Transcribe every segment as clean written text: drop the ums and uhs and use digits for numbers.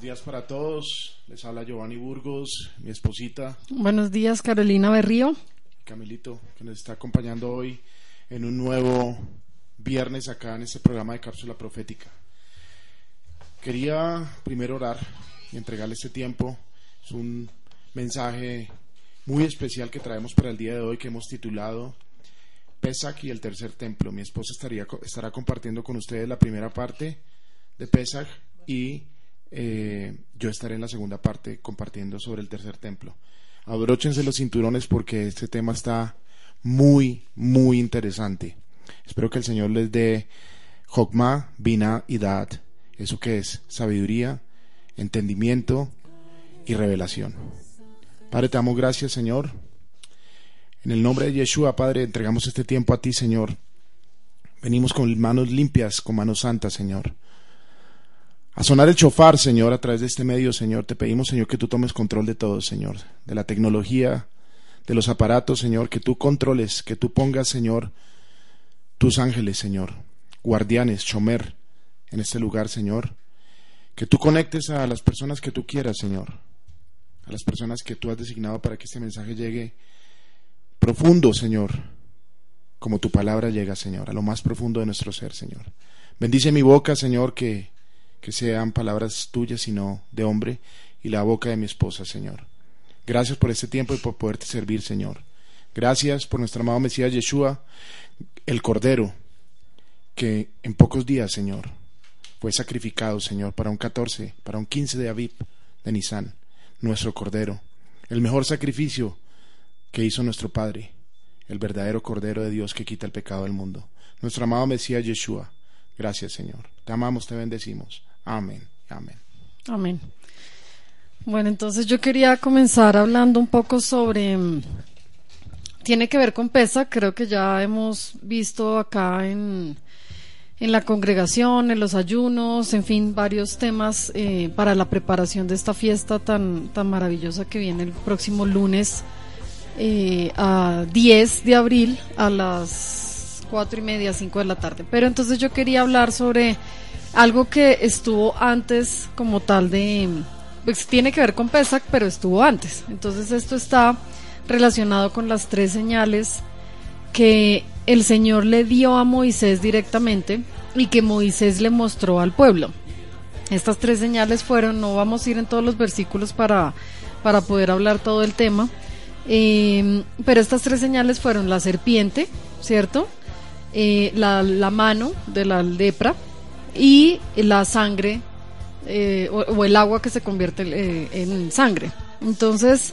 días para todos. Les habla Giovanni Burgos, mi esposita. Buenos días, Carolina Berrío. Camilito, que nos está acompañando hoy en un nuevo viernes acá en este programa de Cápsula Profética. Quería primero orar y entregarle este tiempo. Es un mensaje muy especial que traemos para el día de hoy que hemos titulado Pesach y el tercer templo. Mi esposa estará compartiendo con ustedes la primera parte de Pesach y yo estaré en la segunda parte compartiendo sobre el tercer templo. Abróchense los cinturones porque este tema está muy, muy interesante. Espero que el Señor les dé Jokmah, Binah y Da'at. ¿Eso qué es? Sabiduría, entendimiento y revelación. Padre, te damos gracias, Señor. En el nombre de Yeshua, Padre, entregamos este tiempo a ti, Señor. Venimos con manos limpias, con manos santas, Señor. A sonar el shofar, Señor, a través de este medio, Señor, te pedimos, Señor, que tú tomes control de todo, Señor, de la tecnología, de los aparatos, Señor, que tú controles, que tú pongas, Señor, tus ángeles, Señor, guardianes, shomer, en este lugar, Señor, que tú conectes a las personas que tú quieras, Señor, a las personas que tú has designado para que este mensaje llegue profundo, Señor, como tu palabra llega, Señor, a lo más profundo de nuestro ser, Señor. Bendice mi boca, Señor, que sean palabras tuyas y no de hombre, y la boca de mi esposa, Señor. Gracias por este tiempo y por poderte servir, Señor. Gracias por nuestro amado Mesías Yeshua, el Cordero, que en pocos días, Señor, fue sacrificado, Señor, para un 14, para un 15 de Aviv de Nisan, nuestro Cordero, el mejor sacrificio que hizo nuestro Padre, el verdadero Cordero de Dios que quita el pecado del mundo. Nuestro amado Mesías Yeshua. Gracias, Señor. Te amamos, te bendecimos. Amén. Amén. Amén. Bueno, entonces yo quería comenzar hablando un poco sobre... Tiene que ver con Pesach. Creo que ya hemos visto acá en la congregación, en los ayunos, en fin, varios temas para la preparación de esta fiesta tan maravillosa que viene el próximo lunes a 10 de abril a las 4:30, 5 de la tarde. Pero entonces yo quería hablar sobre algo que estuvo antes como tal pues tiene que ver con Pesach, pero estuvo antes. Entonces esto está relacionado con las 3 señales que el Señor le dio a Moisés directamente y que Moisés le mostró al pueblo. Estas 3 señales fueron, no vamos a ir en todos los versículos para poder hablar todo el tema, pero estas 3 señales fueron la serpiente, ¿cierto? La mano de la lepra y la sangre o el agua que se convierte en sangre. Entonces,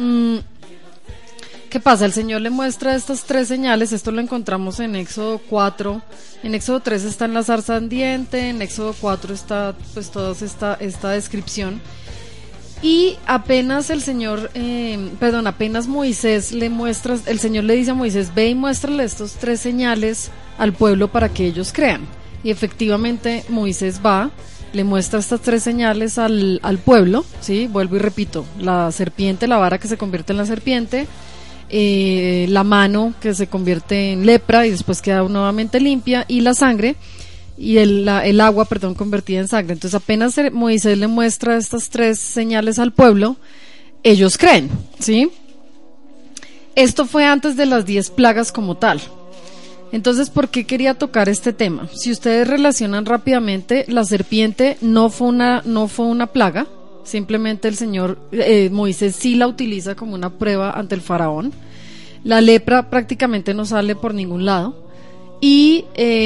¿qué pasa? El Señor le muestra estas 3 señales. Esto lo encontramos en Éxodo 4. En Éxodo 3 está en la zarza ardiente, en Éxodo 4 está pues toda esta descripción. Y apenas apenas Moisés le muestra, el Señor le dice a Moisés, ve y muéstrale estos 3 señales al pueblo para que ellos crean. Y efectivamente Moisés va, le muestra estas 3 señales al pueblo, ¿sí? Vuelvo y repito, la serpiente, la vara que se convierte en la serpiente, la mano que se convierte en lepra y después queda nuevamente limpia, y la sangre, y el agua, convertida en sangre. Entonces apenas Moisés le muestra estas 3 señales al pueblo, ellos creen, ¿sí? Esto fue antes de las 10 plagas como tal. Entonces, ¿por qué quería tocar este tema? Si ustedes relacionan rápidamente, la serpiente no fue una plaga, simplemente el Señor, Moisés sí la utiliza como una prueba ante el faraón. La lepra prácticamente no sale por ningún lado y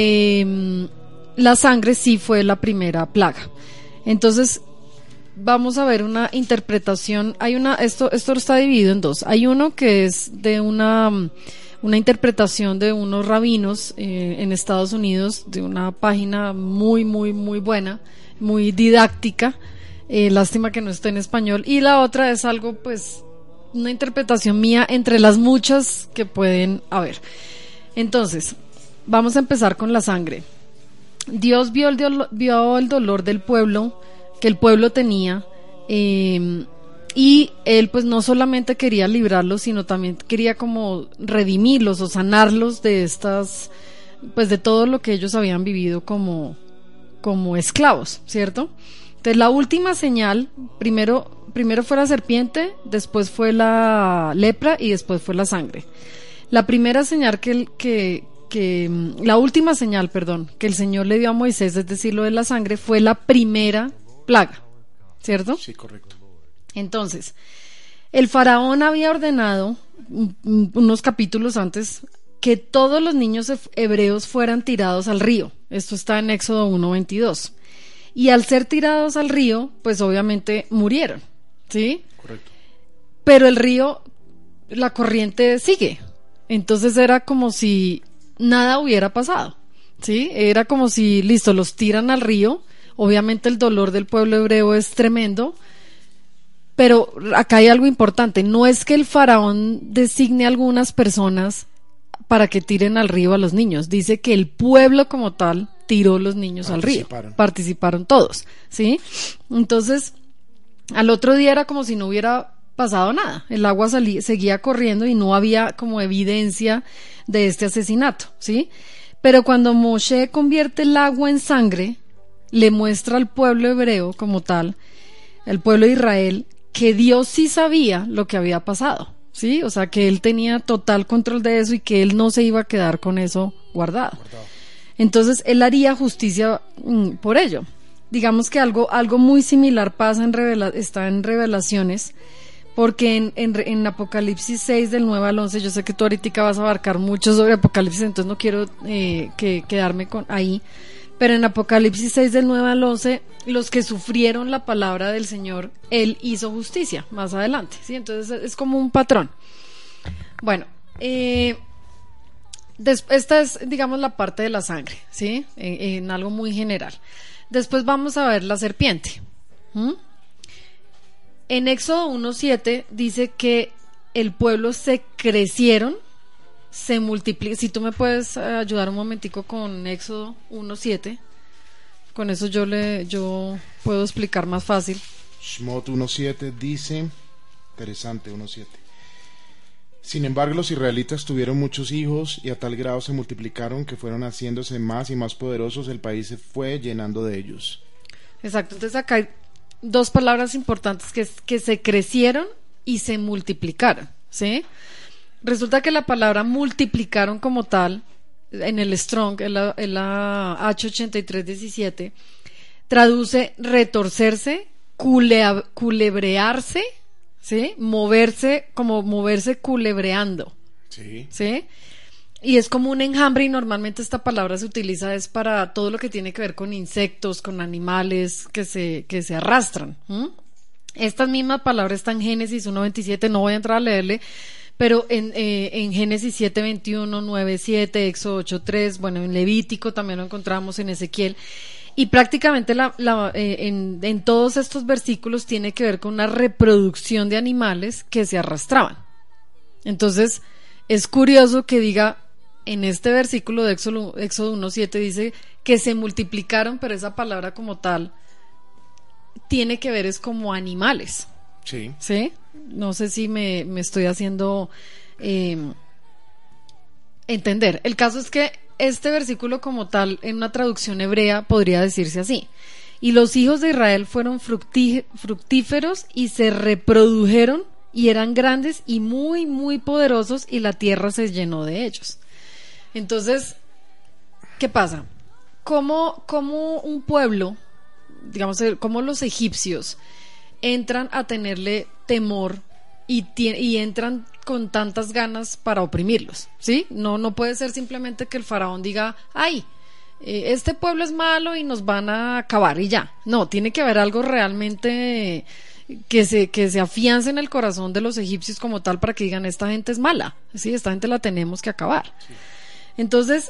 la sangre sí fue la primera plaga. Entonces vamos a ver una interpretación. Esto está dividido en 2. Hay uno que es de una interpretación de unos rabinos en Estados Unidos, de una página muy muy muy buena, muy didáctica. Lástima que no esté en español. Y la otra es algo, pues, una interpretación mía entre las muchas que pueden haber. Entonces, vamos a empezar con la sangre. Dios vio el dolor del pueblo, que el pueblo tenía, y Él pues no solamente quería librarlos, sino también quería como redimirlos o sanarlos de pues de todo lo que ellos habían vivido como esclavos, ¿cierto? Entonces la última señal, primero fue la serpiente, después fue la lepra y después fue la sangre. La primera señal la última señal, que el Señor le dio a Moisés, es decir, lo de la sangre, fue la primera plaga, ¿cierto? Sí, correcto. Entonces, el faraón había ordenado unos capítulos antes que todos los niños hebreos fueran tirados al río. Esto está en Éxodo 1:22. Y al ser tirados al río, pues obviamente murieron, ¿sí? Correcto. Pero el río, la corriente sigue. Entonces era como si nada hubiera pasado, ¿sí? Era como si, listo, los tiran al río. Obviamente el dolor del pueblo hebreo es tremendo. Pero acá hay algo importante. No es que el faraón designe a algunas personas para que tiren al río a los niños. Dice que el pueblo como tal tiró los niños al río. Participaron todos, ¿sí? Entonces, al otro día era como si no hubiera pasado nada. El agua seguía corriendo y no había como evidencia de este asesinato, ¿sí? Pero cuando Moshe convierte el agua en sangre, le muestra al pueblo hebreo como tal, el pueblo de Israel, que Dios sí sabía lo que había pasado, ¿sí? O sea, que él tenía total control de eso y que él no se iba a quedar con eso guardado. Entonces, él haría justicia por ello. Digamos que algo muy similar pasa está en Revelaciones, porque en Apocalipsis 6 del 9 al 11, yo sé que tú ahorita vas a abarcar mucho sobre Apocalipsis, entonces no quiero quedarme ahí, pero en Apocalipsis 6 del 9 al 11, los que sufrieron la palabra del Señor, Él hizo justicia más adelante, ¿sí? Entonces es como un patrón. Bueno, esta es, digamos, la parte de la sangre, ¿sí? En algo muy general. Después vamos a ver la serpiente. En Éxodo 1:7 dice que el pueblo se crecieron, se multiplicaron. Si tú me puedes ayudar un momentico con Éxodo 1:7, con eso yo puedo explicar más fácil. Shmot 1:7 dice, interesante, 1:7. Sin embargo, los israelitas tuvieron muchos hijos y a tal grado se multiplicaron que fueron haciéndose más y más poderosos, el país se fue llenando de ellos. Exacto, entonces acá hay dos palabras importantes, que se crecieron y se multiplicaron, ¿sí? Resulta que la palabra multiplicaron como tal, en el Strong, en la H8317, traduce retorcerse, culebrearse, ¿sí? Moverse culebreando, sí. ¿sí? Y es como un enjambre, y normalmente esta palabra se utiliza es para todo lo que tiene que ver con insectos, con animales que se arrastran. Esta misma palabra está en Génesis 1:27, no voy a entrar a leerle, pero en Génesis 7:21, 9:7, Éxodo 8:3, bueno, en Levítico también lo encontramos, en Ezequiel. Y prácticamente en todos estos versículos tiene que ver con una reproducción de animales que se arrastraban. Entonces, es curioso que diga, en este versículo de Éxodo 1:7 dice que se multiplicaron, pero esa palabra como tal tiene que ver es como animales. Sí. ¿Sí? No sé si me estoy haciendo entender. El caso es que este versículo como tal, en una traducción hebrea, podría decirse así: y los hijos de Israel fueron fructíferos y se reprodujeron y eran grandes y muy, muy poderosos, y la tierra se llenó de ellos. Entonces, ¿qué pasa? ¿Cómo un pueblo, digamos, cómo los egipcios entran a tenerle temor y entran con tantas ganas para oprimirlos? ¿Sí? No puede ser simplemente que el faraón diga, ay, este pueblo es malo y nos van a acabar y ya. No, tiene que haber algo realmente que se afiance en el corazón de los egipcios como tal, para que digan, esta gente es mala, ¿sí? Esta gente la tenemos que acabar. Sí. Entonces,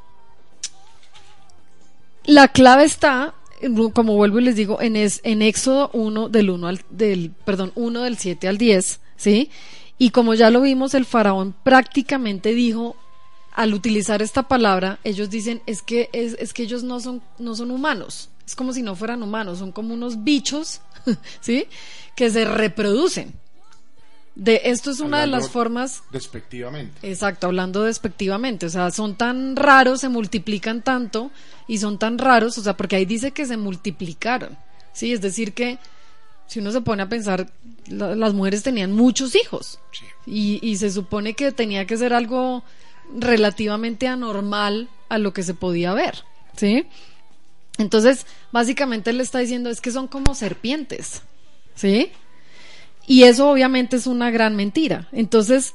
la clave está, como vuelvo y les digo, en Éxodo 1 del 7 al 10, ¿sí? Y como ya lo vimos, el faraón prácticamente dijo, al utilizar esta palabra, ellos dicen, es que ellos no son humanos, es como si no fueran humanos, son como unos bichos, ¿sí? Que se reproducen. Esto es una de las formas... Despectivamente. Exacto, hablando despectivamente, o sea, son tan raros, se multiplican tanto y son tan raros, o sea, porque ahí dice que se multiplicaron, Sí, es decir que si uno se pone a pensar, las mujeres tenían muchos hijos, Sí. y se supone que tenía que ser algo relativamente anormal a lo que se podía ver, ¿sí? Entonces, básicamente le está diciendo es que son como serpientes, ¿sí? Y eso obviamente es una gran mentira. Entonces,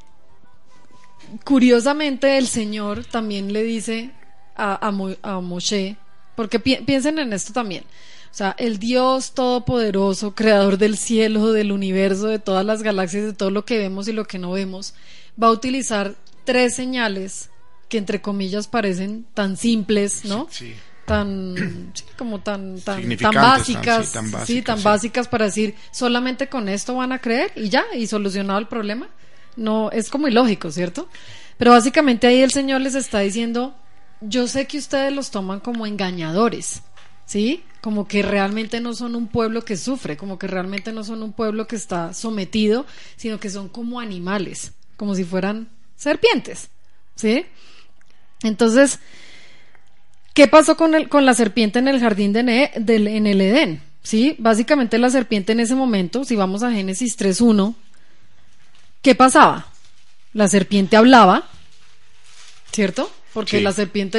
curiosamente el Señor también le dice a Moshe, porque piensen en esto también, o sea, el Dios todopoderoso, creador del cielo, del universo, de todas las galaxias, de todo lo que vemos y lo que no vemos, va a utilizar 3 señales que entre comillas parecen tan simples, ¿no? Sí. Tan sí, como tan Significantes, básicas, tan básicas, sí, tan sí. básicas para decir solamente con esto van a creer y ya, y solucionado el problema. No, es como ilógico, ¿cierto? Pero básicamente ahí el Señor les está diciendo, yo sé que ustedes los toman como engañadores, ¿sí? Como que realmente no son un pueblo que sufre, como que realmente no son un pueblo que está sometido, sino que son como animales, como si fueran serpientes, ¿sí? Entonces, ¿qué pasó con la serpiente en el jardín en el Edén? ¿Sí? Básicamente la serpiente en ese momento, si vamos a Génesis 3:1, ¿qué pasaba? La serpiente hablaba, ¿cierto? Porque Sí. la serpiente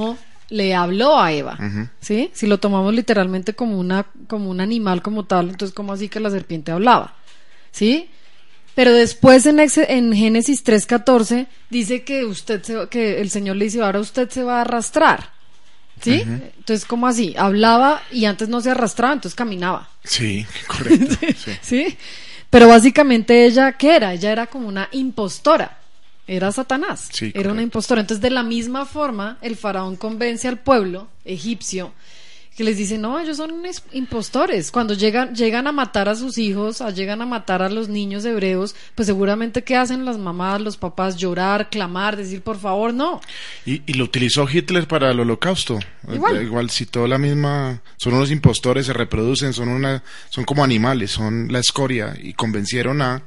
le habló a Eva, Ujú. ¿sí? Si lo tomamos literalmente como un animal como tal, entonces ¿cómo así que la serpiente hablaba? ¿Sí? Pero después en Génesis 3:14 dice que que el Señor le dice, ahora usted se va a arrastrar, ¿sí? Ujú. Entonces, ¿cómo así? Hablaba y antes no se arrastraba, entonces caminaba, Sí, correcto. Sí. ¿sí? Pero básicamente ella, ¿qué era? Ella era como una impostora. Era Satanás, Sí, era una correcto. impostora. Entonces, de la misma forma, el faraón convence al pueblo egipcio que les dice, no, ellos son impostores. Cuando llegan a matar a sus hijos, llegan a matar a los niños hebreos, pues seguramente ¿qué hacen las mamás, los papás? Llorar, clamar, decir, por favor, no. Y lo utilizó Hitler para el holocausto. Igual. Citó la misma. Son unos impostores, se reproducen, son como animales, son la escoria. Y convencieron a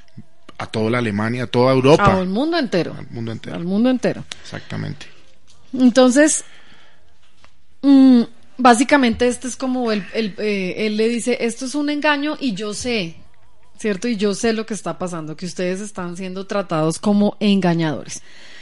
toda la Alemania, a toda Europa. Al mundo entero. Al mundo entero. Al mundo entero. Exactamente. Entonces, básicamente este es como él le dice, esto es un engaño y yo sé, ¿cierto? Y yo sé lo que está pasando, que ustedes están siendo tratados como engañadores.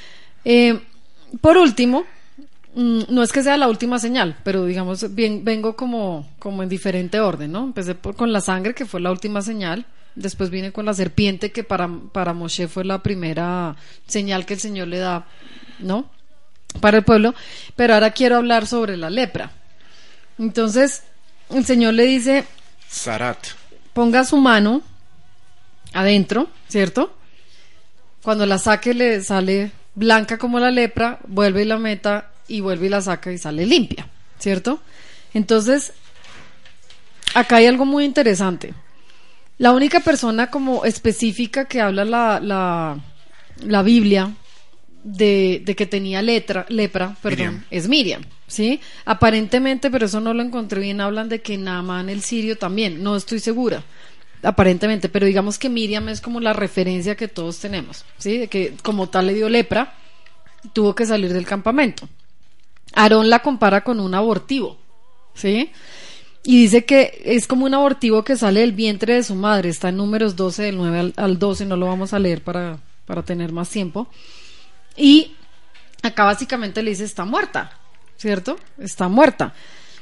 Por último, no es que sea la última señal, pero digamos, vengo como en diferente orden, ¿no? Empecé con la sangre, que fue la última señal. Después vine con la serpiente, que para Moshe fue la primera señal que el Señor le da, ¿no? Para el pueblo. Pero ahora quiero hablar sobre la lepra. Entonces, el Señor le dice, Zarat. ponga su mano adentro, ¿cierto? Cuando la saque le sale blanca como la lepra, vuelve y la meta y vuelve y la saca y sale limpia, ¿cierto? Entonces, acá hay algo muy interesante. La única persona como específica que habla la Biblia de que tenía lepra, Miriam. es Miriam, ¿sí? Aparentemente, pero eso no lo encontré bien, hablan de que Naamán el sirio también, no estoy segura, aparentemente, pero digamos que Miriam es como la referencia que todos tenemos, ¿sí? De que como tal le dio lepra, tuvo que salir del campamento. Aarón la compara con un abortivo, ¿sí? Y dice que es como un abortivo que sale del vientre de su madre. Está en Números 12, del 9 al 12. No lo vamos a leer para tener más tiempo. Y acá básicamente le dice, está muerta, ¿cierto? Está muerta.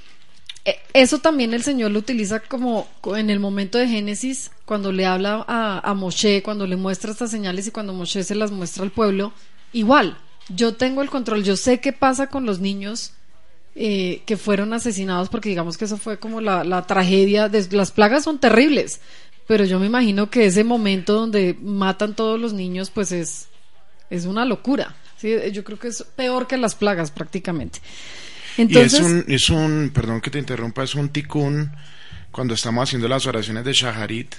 Eso también el Señor lo utiliza como en el momento de Génesis, cuando le habla a Moshe, cuando le muestra estas señales y cuando Moshe se las muestra al pueblo. Igual, yo tengo el control, yo sé qué pasa con los niños que fueron asesinados, porque digamos que eso fue como la tragedia. Las plagas son terribles, pero yo me imagino que ese momento donde matan todos los niños pues es una locura, ¿sí? Yo creo que es peor que las plagas prácticamente. Entonces, Y perdón que te interrumpa, es un tikkun cuando estamos haciendo las oraciones de Shaharit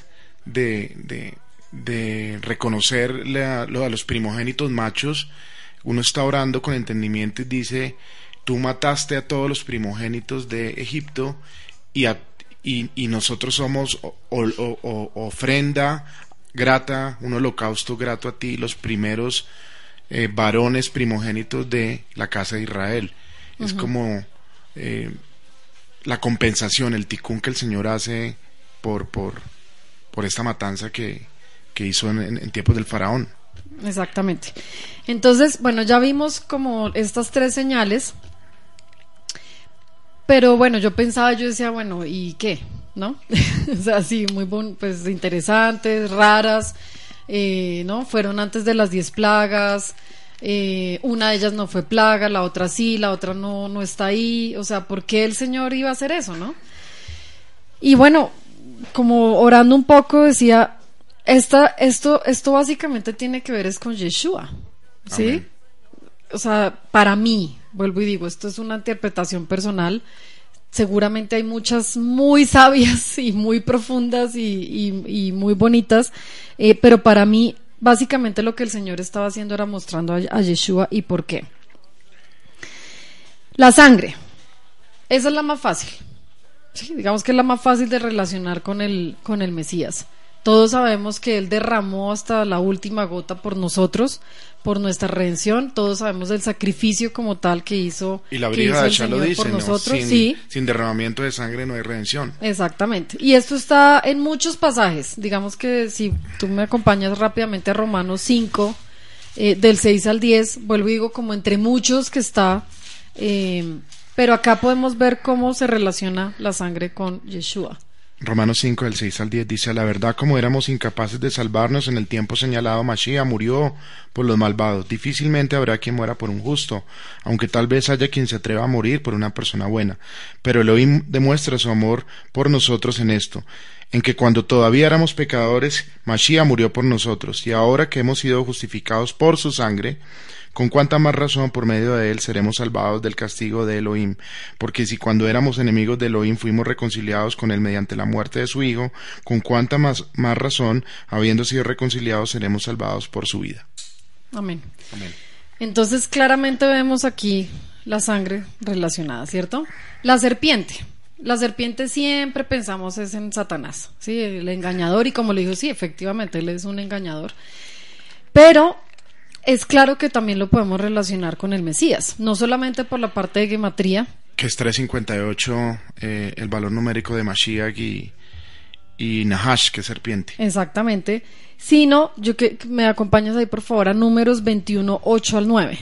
de reconocerle a los primogénitos machos. Uno está orando con entendimiento y dice, tú mataste a todos los primogénitos de Egipto y nosotros somos ofrenda grata, un holocausto grato a ti, los primeros varones primogénitos de la casa de Israel. Es como la compensación, el tikkun que el Señor hace por esta matanza que hizo en tiempos del faraón. Exactamente. Entonces, bueno, ya vimos como estas tres señales, pero bueno, yo decía, bueno, ¿y qué? ¿No? O sea, sí, muy pues interesantes, raras, ¿no? Fueron antes de las 10 plagas, una de ellas no fue plaga, la otra sí, la otra no está ahí, o sea, ¿por qué el Señor iba a hacer eso, no? Y bueno, como orando un poco decía, esto básicamente tiene que ver es con Yeshua, ¿sí? Amén. O sea, para mí, vuelvo y digo, esto es una interpretación personal. Seguramente hay muchas muy sabias y muy profundas y muy bonitas, pero para mí, básicamente lo que el Señor estaba haciendo era mostrando a Yeshua. ¿Y por qué? La sangre, esa es la más fácil. Sí, digamos que es la más fácil de relacionar con el Mesías. Todos sabemos que Él derramó hasta la última gota por nosotros, por nuestra redención. Todos sabemos del sacrificio como tal que hizo, y la que hizo Brija el de Shah lo Señor dice, por ¿no? nosotros. Sí, Sin derramamiento de sangre no hay redención. exactamente. Y esto está en muchos pasajes. Digamos que si tú me acompañas rápidamente a Romanos 5, del 6 al 10, vuelvo y digo como entre muchos que está, pero acá podemos ver cómo se relaciona la sangre con Yeshua. Romanos 5, del 6 al 10 dice: a la verdad, como éramos incapaces de salvarnos en el tiempo señalado, Mashiach murió por los malvados. Difícilmente habrá quien muera por un justo, aunque tal vez haya quien se atreva a morir por una persona buena. Pero Elohim demuestra su amor por nosotros en esto, en que cuando todavía éramos pecadores, Mashiach murió por nosotros, y ahora que hemos sido justificados por su sangre, con cuánta más razón por medio de él seremos salvados del castigo de Elohim, porque si cuando éramos enemigos de Elohim fuimos reconciliados con él mediante la muerte de su hijo, con cuánta más razón, habiendo sido reconciliados, seremos salvados por su vida. Amén. Amén. Entonces claramente vemos aquí la sangre relacionada, ¿cierto? La serpiente siempre pensamos es en Satanás, ¿sí? El engañador, y como le dijo, sí, efectivamente él es un engañador, pero es claro que también lo podemos relacionar con el Mesías, no solamente por la parte de gematría, que es 358, el valor numérico de Mashiach, y Nahash, que es serpiente. Exactamente, sino, yo que me acompañas ahí por favor a Números 21, 8 al 9.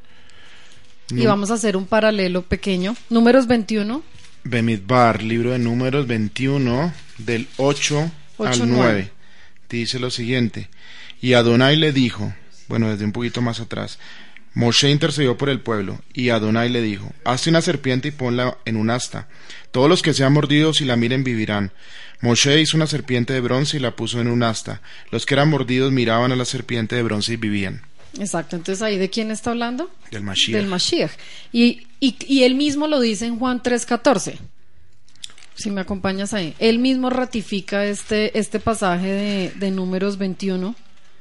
Y vamos a hacer un paralelo pequeño. Números 21. Bemidbar, libro de Números 21, del 8 al 9. Dice lo siguiente: y Adonai le dijo, bueno, desde un poquito más atrás, Moshe intercedió por el pueblo, y Adonai le dijo: hazte una serpiente y ponla en un asta. Todos los que sean mordidos y la miren vivirán. Moshe hizo una serpiente de bronce y la puso en un asta. Los que eran mordidos miraban a la serpiente de bronce y vivían. Exacto, entonces ahí ¿de quién está hablando? Del Mashiach. Del Mashiach. Y él mismo lo dice en Juan 3:14. Si me acompañas ahí. Él mismo ratifica este pasaje de Números 21,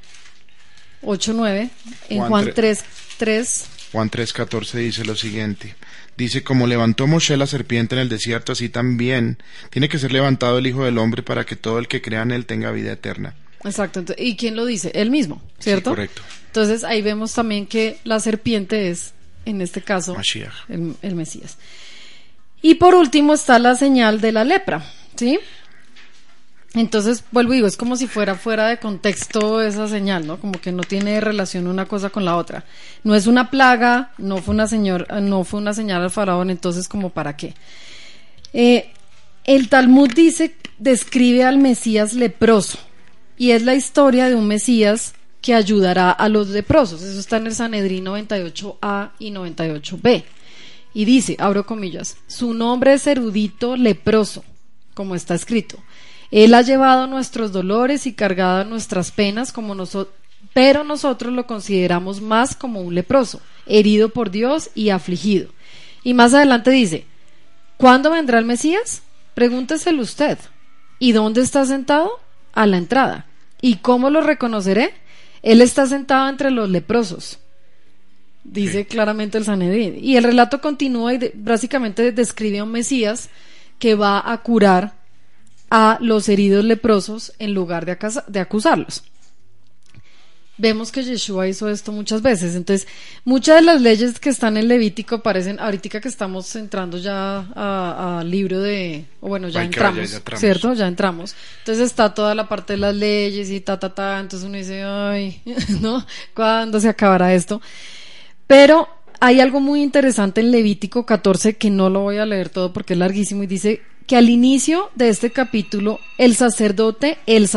8, 9. En Juan 3. Juan 3:14 dice lo siguiente. Dice: como levantó Moshe la serpiente en el desierto, así también tiene que ser levantado el Hijo del Hombre, para que todo el que crea en él tenga vida eterna. Exacto. ¿Y quién lo dice? Él mismo, ¿cierto? Sí, correcto. Entonces ahí vemos también que la serpiente es, en este caso, Mashiach, el Mesías. Y por último está la señal de la lepra, ¿sí? Entonces, vuelvo y digo, es como si fuera de contexto esa señal, ¿no? Como que no tiene relación una cosa con la otra. No es una plaga, no fue una señal al faraón, entonces, ¿como para qué? El Talmud describe al Mesías leproso, y es la historia de un Mesías que ayudará a los leprosos. Eso está en el Sanedrín 98a y 98b. Y dice, abro comillas, su nombre es erudito leproso, como está escrito. Él ha llevado nuestros dolores y cargado nuestras penas, pero nosotros lo consideramos más como un leproso, herido por Dios y afligido. Y más adelante dice, ¿cuándo vendrá el Mesías? Pregúnteselo usted. ¿Y dónde está sentado? A la entrada. ¿Y cómo lo reconoceré? Él está sentado entre los leprosos. Dice claramente el Sanedrín. Y el relato continúa y básicamente describe a un Mesías que va a curar a los heridos leprosos en lugar de acusarlos. vemos que Yeshua hizo esto muchas veces. Entonces, muchas de las leyes que están en Levítico parecen, ahorita que estamos entrando ya al libro de, o bueno, ya entramos, ¿cierto? Ya entramos. Entonces está toda la parte de las leyes y entonces uno dice, ay, ¿no? ¿Cuándo se acabará esto? Pero hay algo muy interesante en Levítico 14 que no lo voy a leer todo porque es larguísimo y dice que al inicio de este capítulo el sacerdote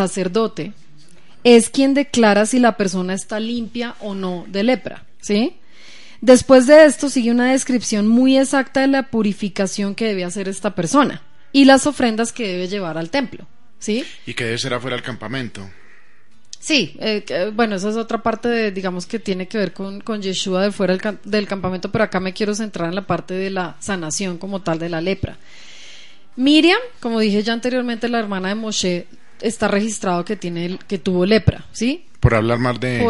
es quien declara si la persona está limpia o no de lepra, ¿sí? Después de esto sigue una descripción muy exacta de la purificación que debe hacer esta persona y las ofrendas que debe llevar al templo, ¿sí? Y que debe ser afuera del campamento. Sí, bueno, esa es otra parte de, digamos, que tiene que ver con Yeshua de fuera del campamento, pero acá me quiero centrar en la parte de la sanación como tal de la lepra. Miriam, como dije ya anteriormente, la hermana de Moshe, está registrado que tuvo lepra, ¿sí? Por hablar mal de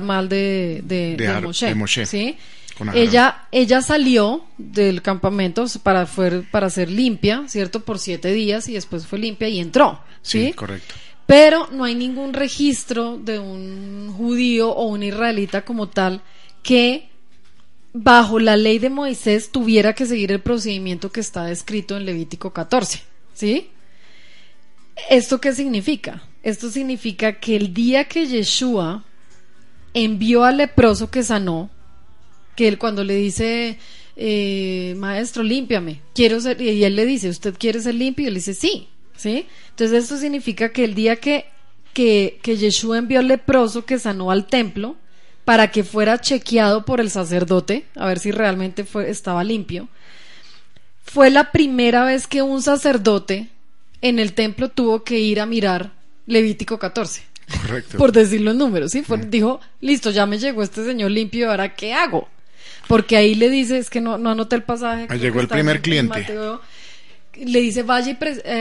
Moshe, ¿sí? Ella salió del campamento para ser limpia, ¿cierto? Por 7 días y después fue limpia y entró, ¿sí? Sí, correcto. Pero no hay ningún registro de un judío o un israelita como tal que bajo la ley de Moisés tuviera que seguir el procedimiento que está descrito en Levítico 14, ¿sí? ¿Esto qué significa? Esto significa que el día que Yeshua envió al leproso que sanó, que él cuando le dice, maestro, límpiame, quiero ser, y él le dice, ¿usted quiere ser limpio? Y él dice, sí, ¿sí? Entonces esto significa que el día que Yeshua envió al leproso que sanó al templo para que fuera chequeado por el sacerdote, a ver si realmente estaba limpio, fue la primera vez que un sacerdote en el templo tuvo que ir a mirar Levítico 14. Correcto. Por decirlo en números, ¿sí? Dijo, listo, ya me llegó este señor limpio, ¿ahora qué hago? Porque ahí le dice, es que no anoté el pasaje. Ahí llegó el primer cliente. Mateo, le dice, vaya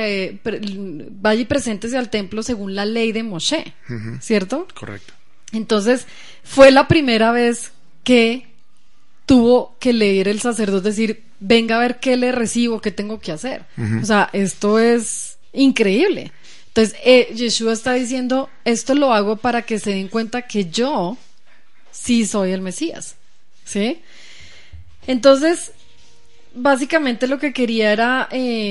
y preséntese al templo según la ley de Moshe, ¿cierto? Correcto. Entonces, fue la primera vez que tuvo que leer el sacerdote, decir, venga a ver qué le recibo, qué tengo que hacer. O sea, esto es increíble. Entonces, Yeshua está diciendo, esto lo hago para que se den cuenta que yo sí soy el Mesías, ¿sí? Entonces, básicamente lo que quería era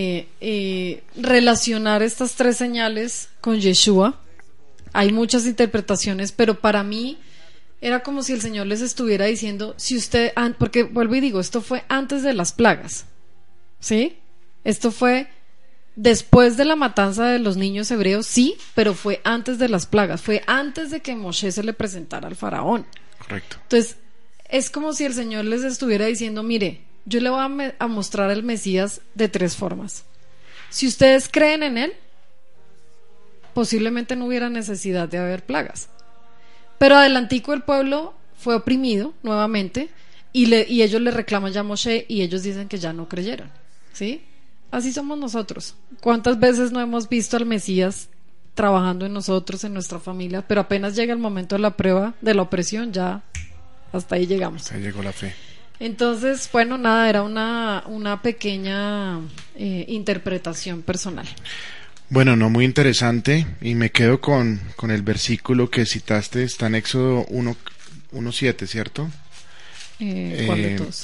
relacionar estas 3 señales con Yeshua. Hay muchas interpretaciones, pero para mí era como si el Señor les estuviera diciendo, si usted, porque vuelvo y digo, esto fue antes de las plagas, ¿sí? Esto fue después de la matanza de los niños hebreos, sí, pero fue antes de las plagas, fue antes de que Moshe se le presentara al faraón. Correcto. Entonces, es como si el Señor les estuviera diciendo, mire, yo le voy a mostrar al Mesías de 3 formas. Si ustedes creen en él, posiblemente no hubiera necesidad de haber plagas. Pero adelantico el pueblo fue oprimido nuevamente y ellos le reclaman ya a Moshe y ellos dicen que ya no creyeron, ¿sí? Así somos nosotros. ¿Cuántas veces no hemos visto al Mesías trabajando en nosotros, en nuestra familia, pero apenas llega el momento de la prueba, de la opresión, ya hasta ahí llegamos? Hasta ahí llegó la fe. Entonces, bueno, nada, era una pequeña interpretación personal. Bueno, no, muy interesante, y me quedo con el versículo que citaste, está en Éxodo 1:7, ¿cierto? ¿Cuál de todos?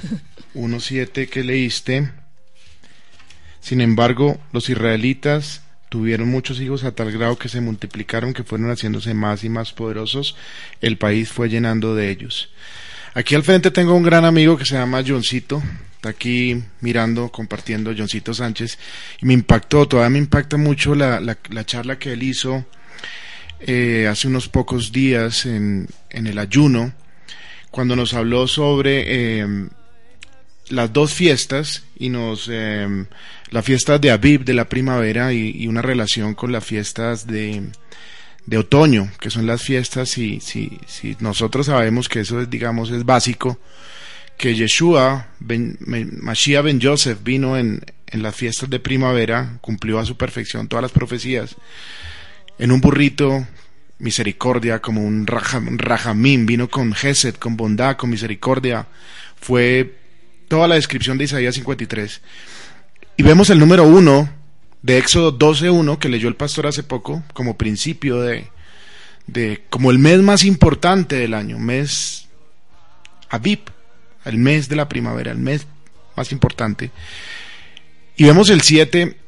1:7 que leíste. Sin embargo, los israelitas tuvieron muchos hijos a tal grado que se multiplicaron, que fueron haciéndose más y más poderosos, el país fue llenando de ellos. Aquí al frente tengo un gran amigo que se llama Johncito, está aquí mirando, compartiendo, Johncito Sánchez, y me impactó, todavía me impacta mucho la charla que él hizo hace unos pocos días en el ayuno, cuando nos habló sobre las 2 fiestas y la fiesta de Aviv, de la primavera, y una relación con las fiestas de otoño, que son las fiestas, y si nosotros sabemos que eso es, digamos, es básico, que Yeshua, Mashiach ben Yosef, vino en las fiestas de primavera, cumplió a su perfección todas las profecías, en un burrito, misericordia, como un rajamim, vino con Gesed, con bondad, con misericordia, fue toda la descripción de Isaías 53. Y vemos el número 1 de Éxodo 12:1 que leyó el pastor hace poco como principio de como el mes más importante del año, mes Aviv, el mes de la primavera, el mes más importante. Y vemos el 7,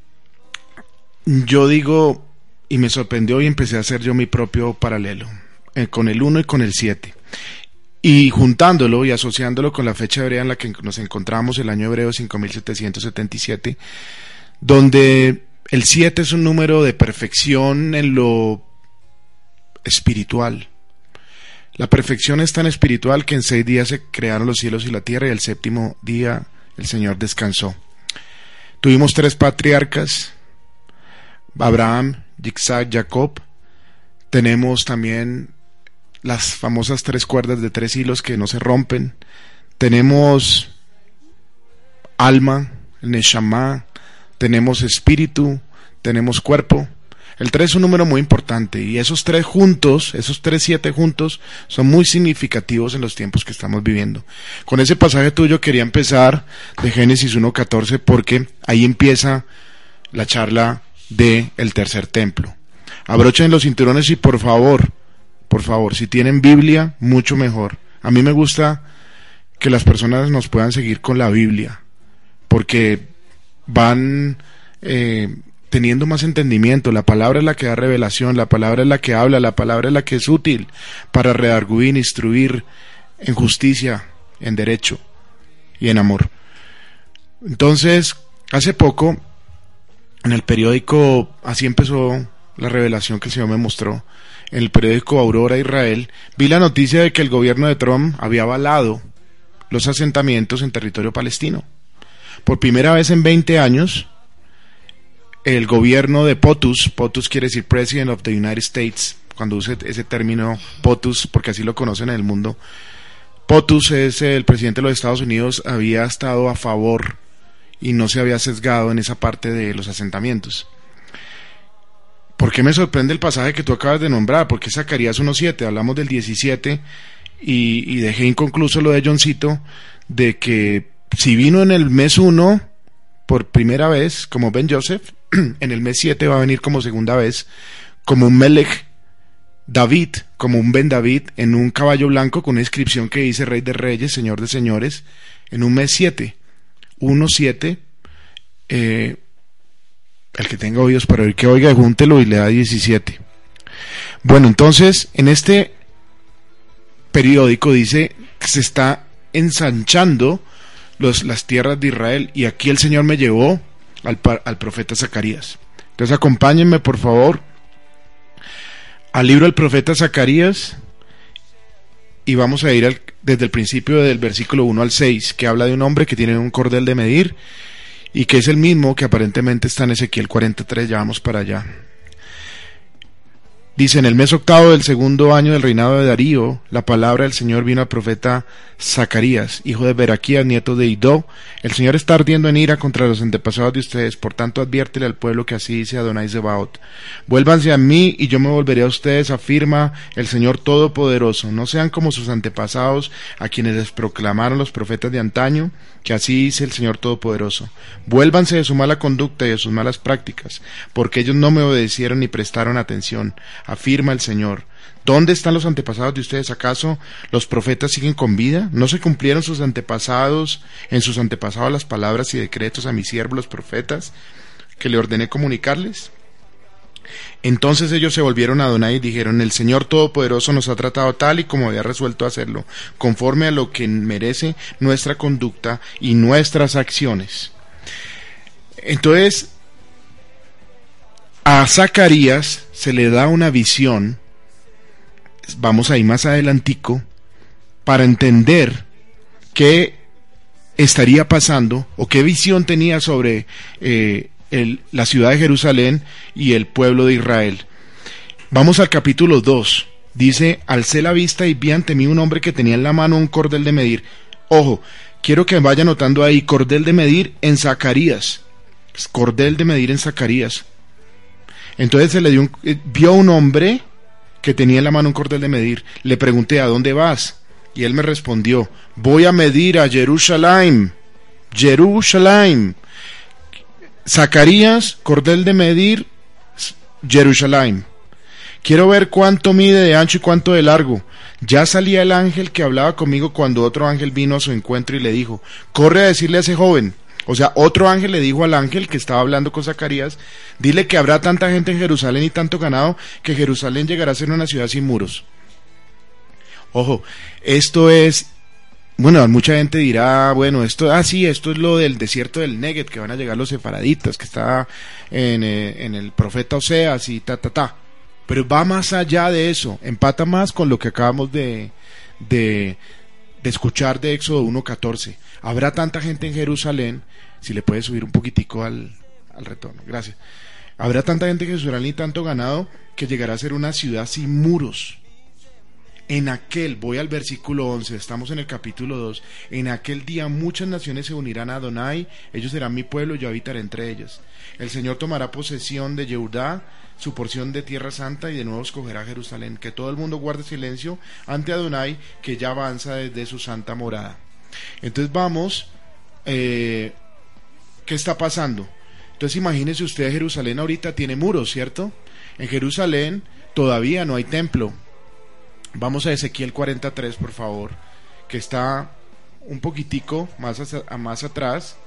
yo digo, y me sorprendió y empecé a hacer yo mi propio paralelo, con el 1 y con el 7. Y juntándolo y asociándolo con la fecha hebrea en la que nos encontramos, el año hebreo 5777, donde el 7 es un número de perfección en lo espiritual. La perfección es tan espiritual que en 6 días se crearon los cielos y la tierra, y el 7º día el Señor descansó. Tuvimos 3 patriarcas, Abraham, Isaac, Jacob. Tenemos también las famosas 3 cuerdas de 3 hilos que no se rompen. Tenemos alma, neshama, tenemos espíritu, tenemos cuerpo. El 3 es un número muy importante, y esos 3 juntos, esos 7 juntos, son muy significativos en los tiempos que estamos viviendo. Con ese pasaje tuyo quería empezar de Génesis 1:14, porque ahí empieza la charla de el tercer templo. Abrochen los cinturones y por favor, si tienen Biblia, mucho mejor. A mí me gusta que las personas nos puedan seguir con la Biblia, porque van teniendo más entendimiento. La palabra es la que da revelación, la palabra es la que habla, la palabra es la que es útil para redarguir, instruir en justicia, en derecho y en amor. Entonces, hace poco, en el periódico, así empezó la revelación que el Señor me mostró, en el periódico Aurora Israel, vi la noticia de que el gobierno de Trump había avalado los asentamientos en territorio palestino. Por primera vez en 20 años, el gobierno de POTUS quiere decir President of the United States, cuando use ese término POTUS, porque así lo conocen en el mundo. POTUS es el presidente de los Estados Unidos, había estado a favor y no se había sesgado en esa parte de los asentamientos. ¿Por qué me sorprende el pasaje que tú acabas de nombrar? Porque Zacarías 1:7, hablamos del 17 y dejé inconcluso lo de Johncito, de que si vino en el mes 1 por primera vez como Ben Joseph, en el mes 7 va a venir como segunda vez, como un Melech David, como un Ben David, en un caballo blanco con una inscripción que dice Rey de Reyes, Señor de Señores, en un mes 7, 1:7. El que tenga oídos para oír que oiga, júntelo, y le da 17. Bueno, entonces, en este periódico dice que se está ensanchando las tierras de Israel, y aquí el Señor me llevó al profeta Zacarías. Entonces acompáñenme por favor al libro del profeta Zacarías, y vamos a ir desde el principio del versículo 1 al 6, que habla de un hombre que tiene un cordel de medir, y que es el mismo que aparentemente está en Ezequiel 43, ya vamos para allá. Dice: en el mes 8 del 2º año del reinado de Darío, la palabra del Señor vino al profeta Zacarías, hijo de Beraquías, nieto de Idó. El Señor está ardiendo en ira contra los antepasados de ustedes, por tanto adviértele al pueblo que así dice Adonai Zebaot: vuélvanse a mí y yo me volveré a ustedes, afirma el Señor Todopoderoso. No sean como sus antepasados, a quienes les proclamaron los profetas de antaño, que así dice el Señor Todopoderoso: vuélvanse de su mala conducta y de sus malas prácticas, porque ellos no me obedecieron ni prestaron atención, afirma el Señor. ¿Dónde están los antepasados de ustedes? ¿Acaso los profetas siguen con vida? ¿No se cumplieron en sus antepasados las palabras y decretos a mis siervos los profetas que le ordené comunicarles? Entonces ellos se volvieron a Adonai y dijeron: el Señor Todopoderoso nos ha tratado tal y como había resuelto hacerlo, conforme a lo que merece nuestra conducta y nuestras acciones. Entonces, a Zacarías se le da una visión, vamos ahí más adelantico, para entender qué estaría pasando o qué visión tenía sobre la ciudad de Jerusalén y el pueblo de Israel. Vamos al capítulo 2. Dice: alcé la vista y vi ante mí un hombre que tenía en la mano un cordel de medir. Ojo, quiero que vaya notando ahí, cordel de medir en Zacarías. Cordel de medir en Zacarías. Entonces vio un hombre que tenía en la mano un cordel de medir. Le pregunté: ¿a dónde vas? Y él me respondió: voy a medir a Jerusalén. Jerusalén. Zacarías, cordel de medir, Jerusalén. quiero ver cuánto mide de ancho y cuánto de largo. Ya salía el ángel que hablaba conmigo cuando otro ángel vino a su encuentro y le dijo, corre a decirle a ese joven. O sea, otro ángel le dijo al ángel que estaba hablando con Zacarías, dile que habrá tanta gente en Jerusalén y tanto ganado que Jerusalén llegará a ser una ciudad sin muros. Ojo, esto es, bueno, mucha gente dirá, bueno, esto es lo del desierto del Negev, que van a llegar los sefaraditas, que está en el profeta Oseas y pero va más allá de eso, empata más con lo que acabamos de escuchar de Éxodo 1:14. Habrá tanta gente en Jerusalén, si le puede subir un poquitico al retorno, gracias. Habrá tanta gente en Jerusalén y tanto ganado que llegará a ser una ciudad sin muros. Voy al versículo 11, estamos en el capítulo 2, en aquel día muchas naciones se unirán a Adonai, ellos serán mi pueblo y yo habitaré entre ellos. El Señor tomará posesión de Yehudá, su porción de tierra santa, y de nuevo escogerá Jerusalén. Que todo el mundo guarde silencio ante Adonai, que ya avanza desde su santa morada. Entonces vamos, ¿qué está pasando? Entonces imagínese usted, Jerusalén ahorita tiene muros, ¿cierto? En Jerusalén todavía no hay templo. Vamos a Ezequiel 43, por favor, que está un poquitico más atrás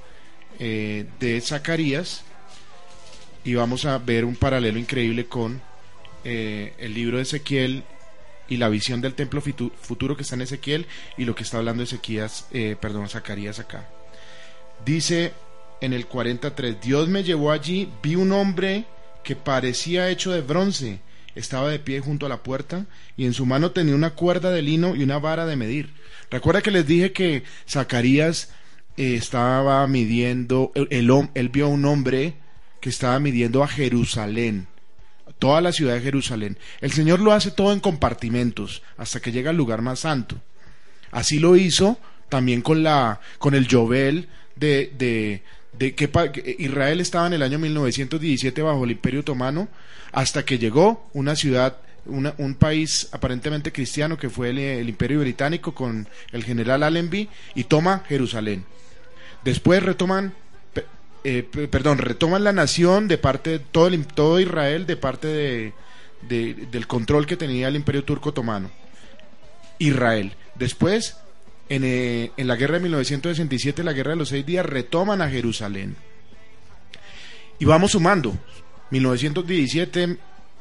de Zacarías, y vamos a ver un paralelo increíble con el libro de Ezequiel y la visión del templo futuro que está en Ezequiel y lo que está hablando Zacarías acá. Dice en el 43, Dios me llevó allí, vi un hombre que parecía hecho de bronce. Estaba de pie junto a la puerta y en su mano tenía una cuerda de lino y una vara de medir. Recuerda que les dije que Zacarías estaba midiendo, él vio a un hombre que estaba midiendo a Jerusalén, toda la ciudad de Jerusalén. El Señor lo hace todo en compartimentos hasta que llega al lugar más santo. Así lo hizo también con el Yobel de que Israel estaba en el año 1917 bajo el Imperio Otomano, hasta que llegó una ciudad, un país aparentemente cristiano que fue el Imperio Británico con el general Allenby, y toma Jerusalén. Después retoman la nación de parte de todo Israel, de parte del control que tenía el Imperio Turco Otomano, Israel. Después en la guerra de 1967, la guerra de los 6 días, retoman a Jerusalén. Y vamos sumando, 1917,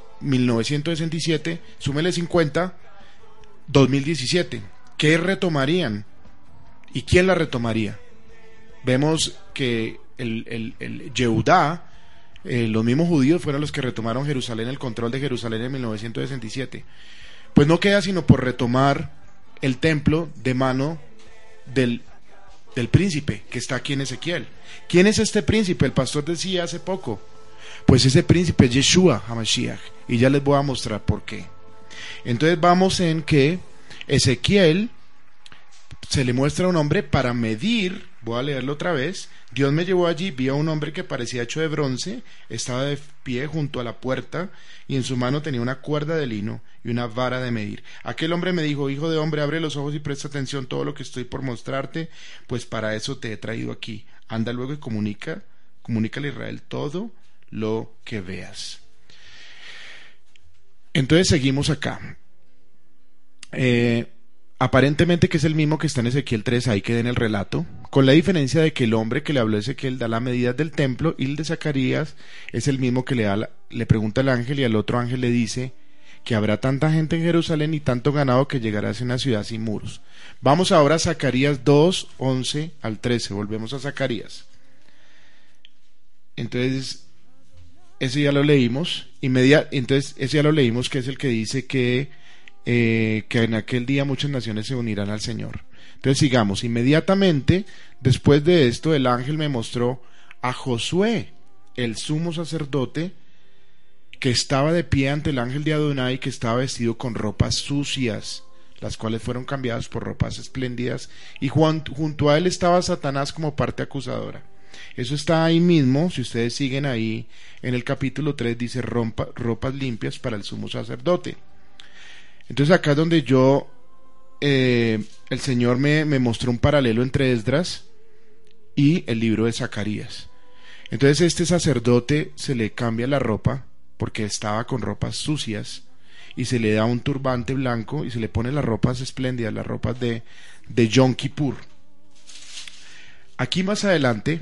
1967, súmele 50, 2017. ¿Qué retomarían? ¿Y quién la retomaría? Vemos que el Yehudá, los mismos judíos fueron los que retomaron Jerusalén, el control de Jerusalén en 1967. Pues no queda sino por retomar el templo de mano del príncipe que está aquí en Ezequiel. ¿Quién es este príncipe? El pastor decía hace poco, pues ese príncipe es Yeshua HaMashiach, y ya les voy a mostrar por qué. Entonces vamos en que Ezequiel se le muestra a un hombre para medir. Voy a leerlo otra vez. Dios me llevó allí, vi a un hombre que parecía hecho de bronce, estaba de pie junto a la puerta y en su mano tenía una cuerda de lino y una vara de medir. Aquel hombre me dijo, hijo de hombre, abre los ojos y presta atención a todo lo que estoy por mostrarte, pues para eso te he traído aquí. Anda luego y comunícale a Israel todo lo que veas. Entonces seguimos acá. Aparentemente que es el mismo que está en Ezequiel 3, ahí queda en el relato, con la diferencia de que el hombre que le habló a Ezequiel da las medidas del templo, y el de Zacarías es el mismo que le pregunta al ángel, y al otro ángel le dice que habrá tanta gente en Jerusalén y tanto ganado que llegará a ser una ciudad sin muros. Vamos ahora a Zacarías 2, 11 al 13, volvemos a Zacarías. Entonces, ese ya lo leímos, que es el que dice que en aquel día muchas naciones se unirán al Señor. Entonces sigamos. Inmediatamente después de esto el ángel me mostró a Josué, el sumo sacerdote, que estaba de pie ante el ángel de Adonai, que estaba vestido con ropas sucias, las cuales fueron cambiadas por ropas espléndidas, y junto a él estaba Satanás como parte acusadora. Eso está ahí mismo, si ustedes siguen ahí en el capítulo 3, dice ropas limpias para el sumo sacerdote. Entonces acá es donde el Señor me mostró un paralelo entre Esdras y el libro de Zacarías. Entonces este sacerdote se le cambia la ropa porque estaba con ropas sucias, y se le da un turbante blanco y se le pone las ropas espléndidas, las ropas de Yom Kippur. Aquí más adelante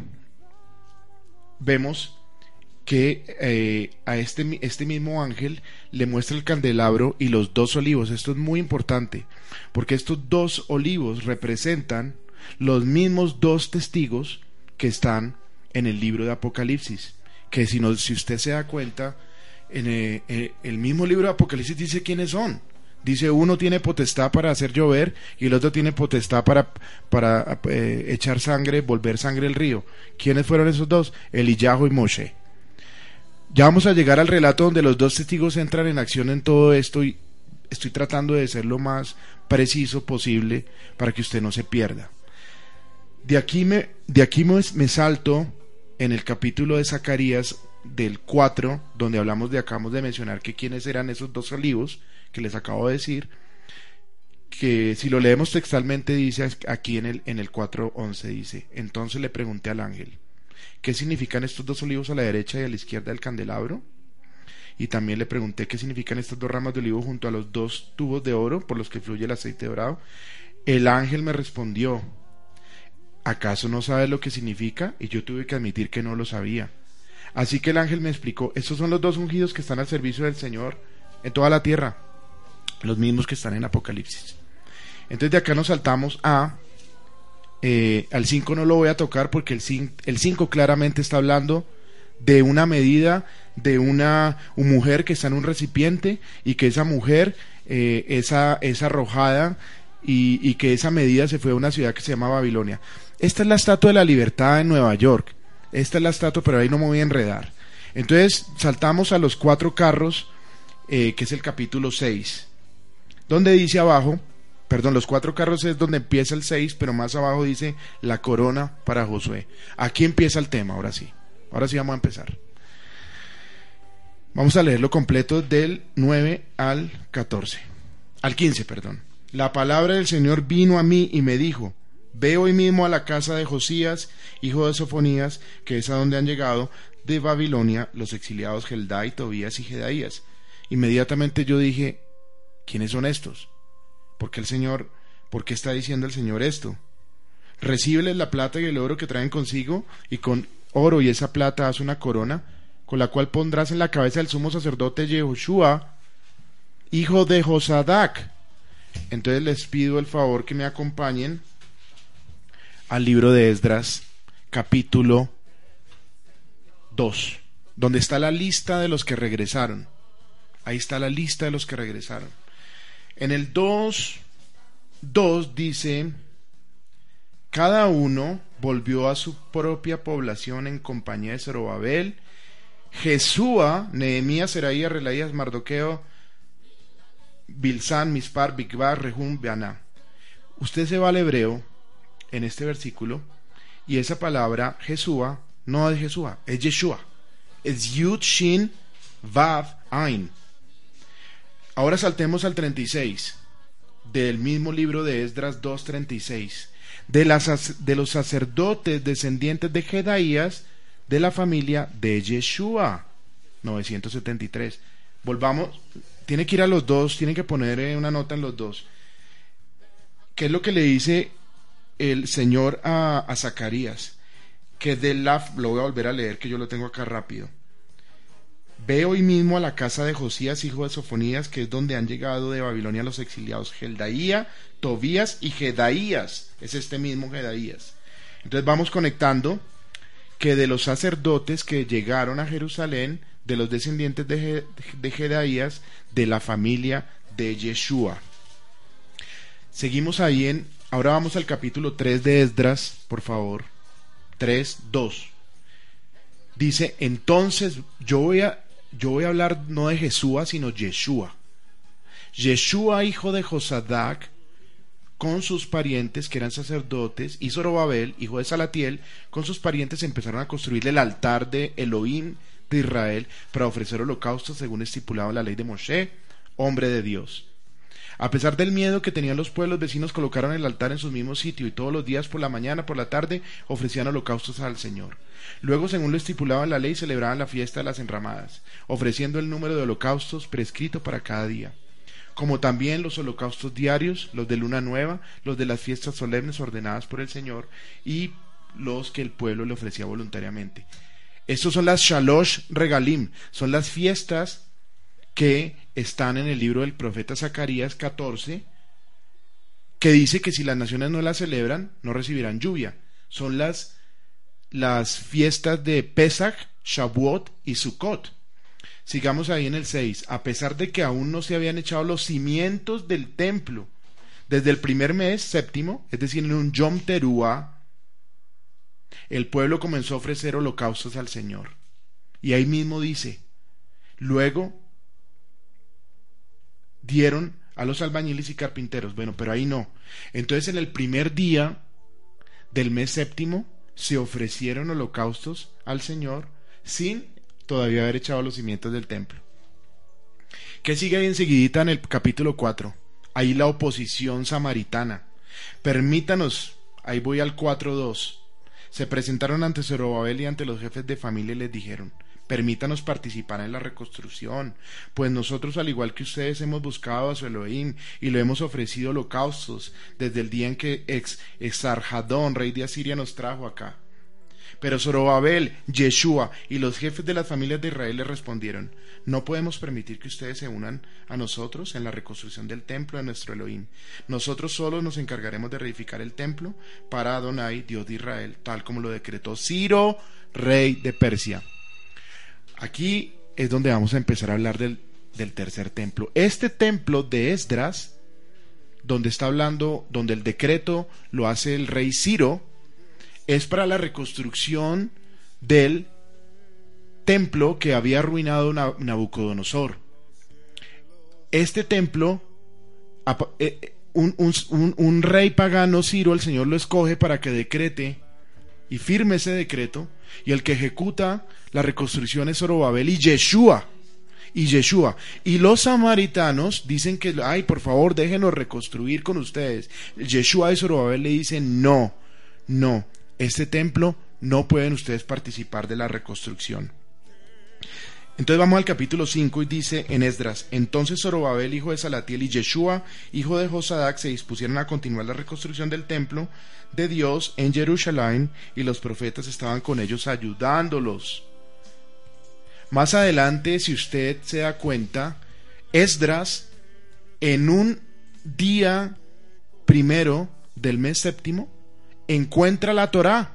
vemos que a este mismo ángel le muestra el candelabro y los 2 olivos. Esto es muy importante, porque estos 2 olivos representan los mismos 2 testigos que están en el libro de Apocalipsis, que si usted se da cuenta, en el mismo libro de Apocalipsis dice quiénes son. Dice, uno tiene potestad para hacer llover y el otro tiene potestad para echar sangre, volver sangre el río. ¿Quiénes fueron esos 2? Eliyahu y Moshe. Ya vamos a llegar al relato donde los 2 testigos entran en acción en todo esto, y estoy tratando de ser lo más preciso posible para que usted no se pierda. De aquí me salto en el capítulo de Zacarías del 4, donde acabamos de mencionar que quiénes eran esos 2 olivos que les acabo de decir, que si lo leemos textualmente dice aquí en el 4:11, dice: entonces le pregunté al ángel, ¿qué significan estos 2 olivos a la derecha y a la izquierda del candelabro? Y también le pregunté qué significan estas 2 ramas de olivo junto a los 2 tubos de oro por los que fluye el aceite dorado. El ángel me respondió: ¿acaso no sabes lo que significa? Y yo tuve que admitir que no lo sabía. Así que el ángel me explicó: estos son los 2 ungidos que están al servicio del Señor en toda la tierra, los mismos que están en Apocalipsis. Entonces de acá nos saltamos al 5. No lo voy a tocar porque el 5 claramente está hablando de una medida de una mujer que está en un recipiente, y que esa mujer es arrojada, y que esa medida se fue a una ciudad que se llama Babilonia. Esta es la Estatua de la Libertad en Nueva York. Esta es la estatua, pero ahí no me voy a enredar. Entonces saltamos a los 4 carros, que es el capítulo 6, donde dice abajo, los 4 carros es donde empieza el 6, pero más abajo dice la corona para Josué. Aquí empieza el tema, ahora sí vamos a empezar. Vamos a leerlo completo del 9 al 15. La palabra del Señor vino a mí y me dijo: ve hoy mismo a la casa de Josías, hijo de Sofonías, que es a donde han llegado de Babilonia los exiliados Heldai, Tobías y Jedaías. Inmediatamente yo dije: ¿quiénes son estos? ¿Por qué está diciendo el Señor esto? Recíbeles la plata y el oro que traen consigo, y con oro y esa plata haz una corona, con la cual pondrás en la cabeza del sumo sacerdote Yehoshua, hijo de Josadac. Entonces les pido el favor que me acompañen al libro de Esdras, capítulo 2, donde está la lista de los que regresaron. Ahí está la lista de los que regresaron. En el 2:2 dice: cada uno volvió a su propia población en compañía de Zorobabel, Jesúa, Nehemías, Seraías, Relaías, Mardoqueo, Bilsán, Mispar, Bigvar, Rehum, Beaná. Usted se va al hebreo en este versículo, y esa palabra Jesúa no es Jesúa, es Yeshua, es Yud, Shin, Vav, Ain. Ahora saltemos al 36 del mismo libro de Esdras 2:36. De los sacerdotes descendientes de Jedaías, de la familia de Yeshua, 973. Volvamos, tiene que ir a los 2, tiene que poner una nota en los 2. ¿Qué es lo que le dice el Señor a Zacarías? Que lo voy a volver a leer, que yo lo tengo acá rápido. Ve hoy mismo a la casa de Josías, hijo de Sofonías, que es donde han llegado de Babilonia los exiliados Heldaía, Tobías y Jedaías. Es este mismo Jedaías. Entonces vamos conectando que de los sacerdotes que llegaron a Jerusalén, de los descendientes de Jedaías, de la familia de Yeshua. Seguimos ahí ahora vamos al capítulo 3 de Esdras, por favor. 3:2. Dice: entonces yo voy a hablar no de Jesúa, sino Yeshua. Yeshua, hijo de Josadac, con sus parientes que eran sacerdotes, y Zorobabel, hijo de Salatiel, con sus parientes empezaron a construir el altar de Elohim de Israel para ofrecer holocaustos según estipulado en la ley de Moshe, hombre de Dios. A pesar del miedo que tenían los pueblos vecinos, colocaron el altar en su mismo sitio, y todos los días por la mañana, por la tarde, ofrecían holocaustos al Señor. Luego, según lo estipulado en la ley, celebraban la fiesta de las enramadas, ofreciendo el número de holocaustos prescrito para cada día. como también los holocaustos diarios, los de luna nueva, los de las fiestas solemnes ordenadas por el Señor y los que el pueblo le ofrecía voluntariamente. Estos son las Shalosh Regalim, son las fiestas que están en el libro del profeta Zacarías 14, que dice que si las naciones no las celebran, no recibirán lluvia. Son las fiestas de Pesach, Shavuot y Sukkot. Sigamos ahí en el 6. A pesar de que aún no se habían echado los cimientos del templo, desde el primer mes, séptimo, es decir, en un Yom Teruah, el pueblo comenzó a ofrecer holocaustos al Señor. Y ahí mismo dice, luego dieron a los albañiles y carpinteros. Bueno, pero ahí no. Entonces en el primer día del mes séptimo se ofrecieron holocaustos al Señor sin todavía haber echado los cimientos del templo. ¿Qué sigue ahí enseguidita en el capítulo 4? Ahí la oposición samaritana. Permítanos, ahí voy al 4:2. Se presentaron ante Zorobabel y ante los jefes de familia y les dijeron: permítanos participar en la reconstrucción, pues nosotros, al igual que ustedes, hemos buscado a su Elohim y le hemos ofrecido holocaustos desde el día en que Esarhadón, rey de Asiria, nos trajo acá. Pero Zorobabel, Yeshua y los jefes de las familias de Israel le respondieron: no podemos permitir que ustedes se unan a nosotros en la reconstrucción del templo de nuestro Elohim. Nosotros solos nos encargaremos de reedificar el templo para Adonai, Dios de Israel, tal como lo decretó Ciro, rey de Persia. Aquí es donde vamos a empezar a hablar del tercer templo. Este templo de Esdras, donde está hablando, donde el decreto lo hace el rey Ciro, es para la reconstrucción del templo que había arruinado Nabucodonosor. Este templo, un rey pagano, Ciro, el Señor lo escoge para que decrete y firme ese decreto, y el que ejecuta la reconstrucción es Zorobabel y Yeshua. Y los samaritanos dicen que, ay, por favor, déjenos reconstruir con ustedes. Yeshua y Zorobabel le dicen: no, este templo no pueden ustedes participar de la reconstrucción. Entonces vamos al capítulo 5 y dice en Esdras: entonces Zorobabel, hijo de Salatiel, y Yeshua, hijo de Josadac, se dispusieron a continuar la reconstrucción del templo de Dios en Jerusalén, y los profetas estaban con ellos ayudándolos. Más adelante, si usted se da cuenta, Esdras, en un día primero del mes séptimo, encuentra la Torá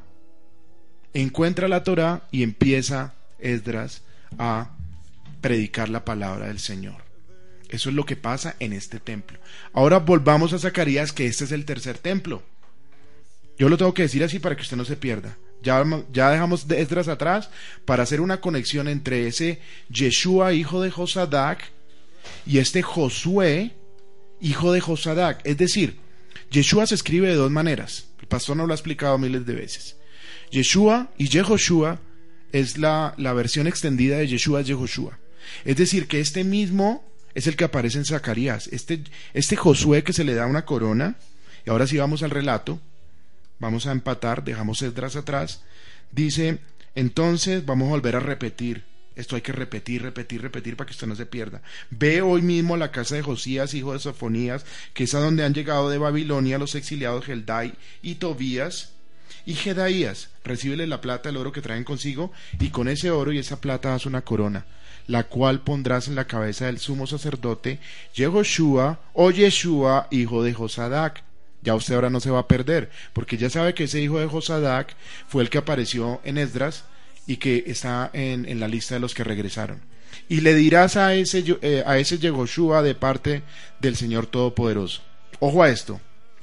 y empieza Esdras a predicar la palabra del Señor. Eso es lo que pasa en este templo. Ahora volvamos a Zacarías, que este es el tercer templo. Yo lo tengo que decir así para que usted no se pierda. Ya dejamos de Esdras atrás para hacer una conexión entre ese Yeshua, hijo de Josadac, y este Josué, hijo de Josadac. Es decir, Yeshua se escribe de dos maneras. El pastor nos lo ha explicado miles de veces. Yeshua y Yehoshua es la versión extendida de Yeshua es Yehoshua. Es decir, que este mismo es el que aparece en Zacarías. Este Josué que se le da una corona, y ahora sí vamos al relato, vamos a empatar, dejamos Esdras atrás, dice, entonces vamos a volver a repetir. Esto hay que repetir para que usted no se pierda. Ve hoy mismo a la casa de Josías, hijo de Sofonías, que es a donde han llegado de Babilonia los exiliados Heldai y Tobías y Jedaías. Recíbele la plata, el oro que traen consigo, y con ese oro y esa plata haz una corona, la cual pondrás en la cabeza del sumo sacerdote Yehoshua o Yeshua, hijo de Josadac. Ya usted ahora no se va a perder, porque ya sabe que ese hijo de Josadac fue el que apareció en Esdras y que está en la lista de los que regresaron. Y le dirás a ese Yehoshua de parte del Señor Todopoderoso. Ojo a esto.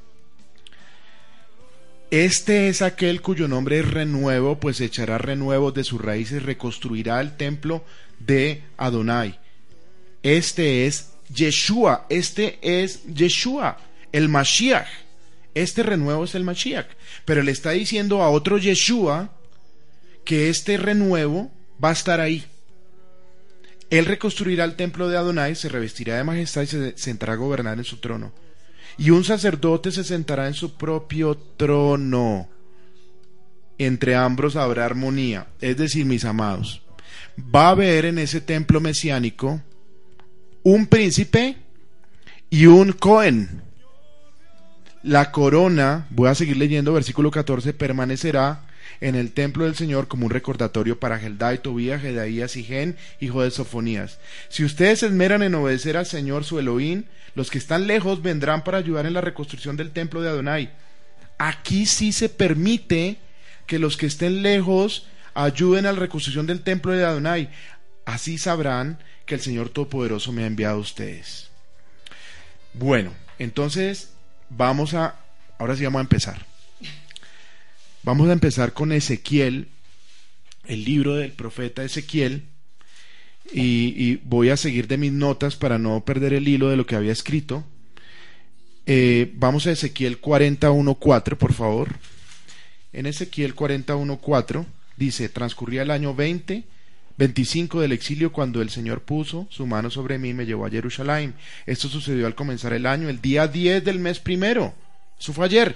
Este es aquel cuyo nombre es renuevo, pues echará renuevos de sus raíces, reconstruirá el templo de Adonai. Este es Yeshua, el Mashiach. Este renuevo es el Mashiach. Pero le está diciendo a otro Yeshua que este renuevo va a estar ahí. Él reconstruirá el templo de Adonai, se revestirá de majestad y se sentará a gobernar en su trono. Y un sacerdote se sentará en su propio trono. Entre ambos habrá armonía. Es decir, mis amados, va a haber en ese templo mesiánico un príncipe y un Cohen. La corona, voy a seguir leyendo, versículo 14, permanecerá en el templo del Señor como un recordatorio para Heldai, Tobías, Jedaías y Gen, hijo de Sofonías. Si ustedes se esmeran en obedecer al Señor su Elohim, los que están lejos vendrán para ayudar en la reconstrucción del templo de Adonai. Aquí sí se permite que los que estén lejos ayuden a la reconstrucción del templo de Adonai. Así sabrán que el Señor Todopoderoso me ha enviado a ustedes. Bueno, entonces ahora sí vamos a empezar. Vamos a empezar con Ezequiel, el libro del profeta Ezequiel, y voy a seguir de mis notas para no perder el hilo de lo que había escrito. Vamos a Ezequiel 41:4, por favor. En Ezequiel 41:4 dice: transcurría el año 25 del exilio cuando el Señor puso su mano sobre mí y me llevó a Jerusalén. Esto sucedió al comenzar el año, el día 10 del mes primero. Eso fue ayer,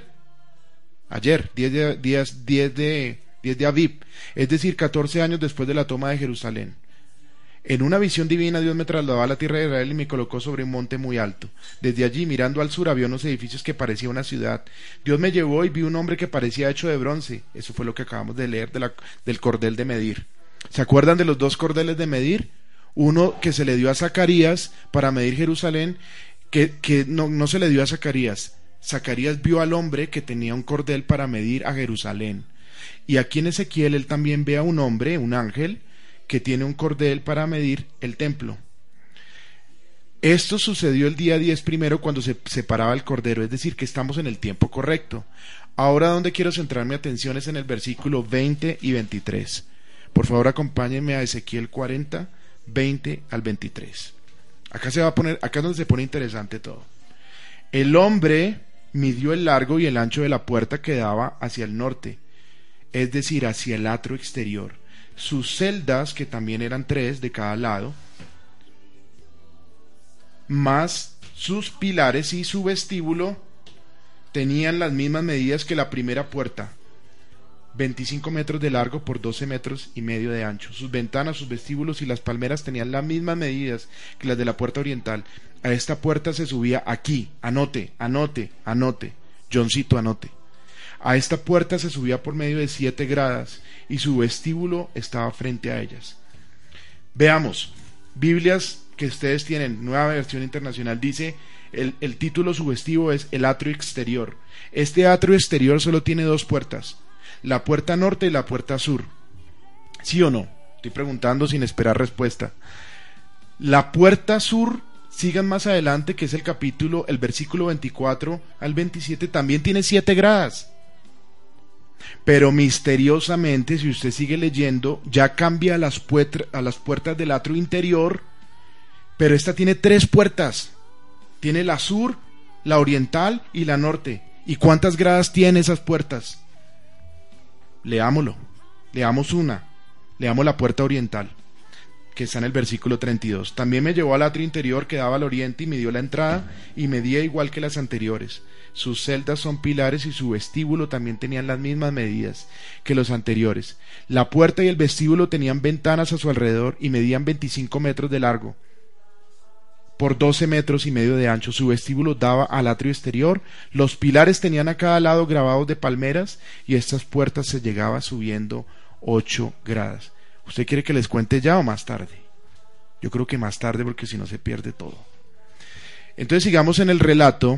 10 de Aviv, es decir, 14 años después de la toma de Jerusalén. En una visión divina, Dios me trasladó a la tierra de Israel y me colocó sobre un monte muy alto. Desde allí, mirando al sur, había unos edificios que parecía una ciudad. Dios me llevó y vi un hombre que parecía hecho de bronce. Eso fue lo que acabamos de leer del cordel de medir. ¿Se acuerdan de los dos cordeles de medir? Uno que se le dio a Zacarías para medir Jerusalén, que no se le dio a Zacarías. Zacarías vio al hombre que tenía un cordel para medir a Jerusalén. Y aquí en Ezequiel él también ve a un hombre, un ángel, que tiene un cordel para medir el templo. Esto sucedió el día 10 primero, cuando se separaba el cordero, es decir, que estamos en el tiempo correcto. Ahora donde quiero centrar mi atención es en el versículo 20 y 23. Por favor, acompáñenme a Ezequiel 40, 20 al 23. Acá es donde se pone interesante todo. El hombre midió el largo y el ancho de la puerta que daba hacia el norte, es decir, hacia el atrio exterior. Sus celdas, que también eran 3 de cada lado, más sus pilares y su vestíbulo, tenían las mismas medidas que la primera puerta: 25 metros de largo por 12 metros y medio de ancho. Sus ventanas, sus vestíbulos y las palmeras tenían las mismas medidas que las de la puerta oriental. A esta puerta se subía aquí, anote, Johncito, anote. A esta puerta se subía por medio de 7 gradas y su vestíbulo estaba frente a ellas. Veamos, Biblias que ustedes tienen, Nueva Versión Internacional, dice, el título sugestivo es el atrio exterior. Este atrio exterior solo tiene 2 puertas, la puerta norte y la puerta sur. ¿Sí o no? Estoy preguntando sin esperar respuesta. La puerta sur, sigan más adelante, que es el versículo 24 al 27, también tiene 7 gradas. Pero misteriosamente, si usted sigue leyendo, ya cambia a las puertas del atrio interior, pero esta tiene 3 puertas. Tiene la sur, la oriental y la norte. ¿Y cuántas gradas tienen esas puertas? Leámoslo. Leamos la puerta oriental, que está en el versículo 32. También me llevó al atrio interior que daba al oriente y midió la entrada y medía igual que las anteriores. Sus celdas son pilares y su vestíbulo también tenían las mismas medidas que los anteriores. La puerta y el vestíbulo tenían ventanas a su alrededor y medían 25 metros de largo por 12 metros y medio de ancho. Su vestíbulo daba al atrio exterior. Los pilares tenían a cada lado grabados de palmeras y estas puertas se llegaba subiendo 8 gradas. ¿Usted quiere que les cuente ya o más tarde? Yo creo que más tarde, porque si no se pierde todo. Entonces sigamos en el relato.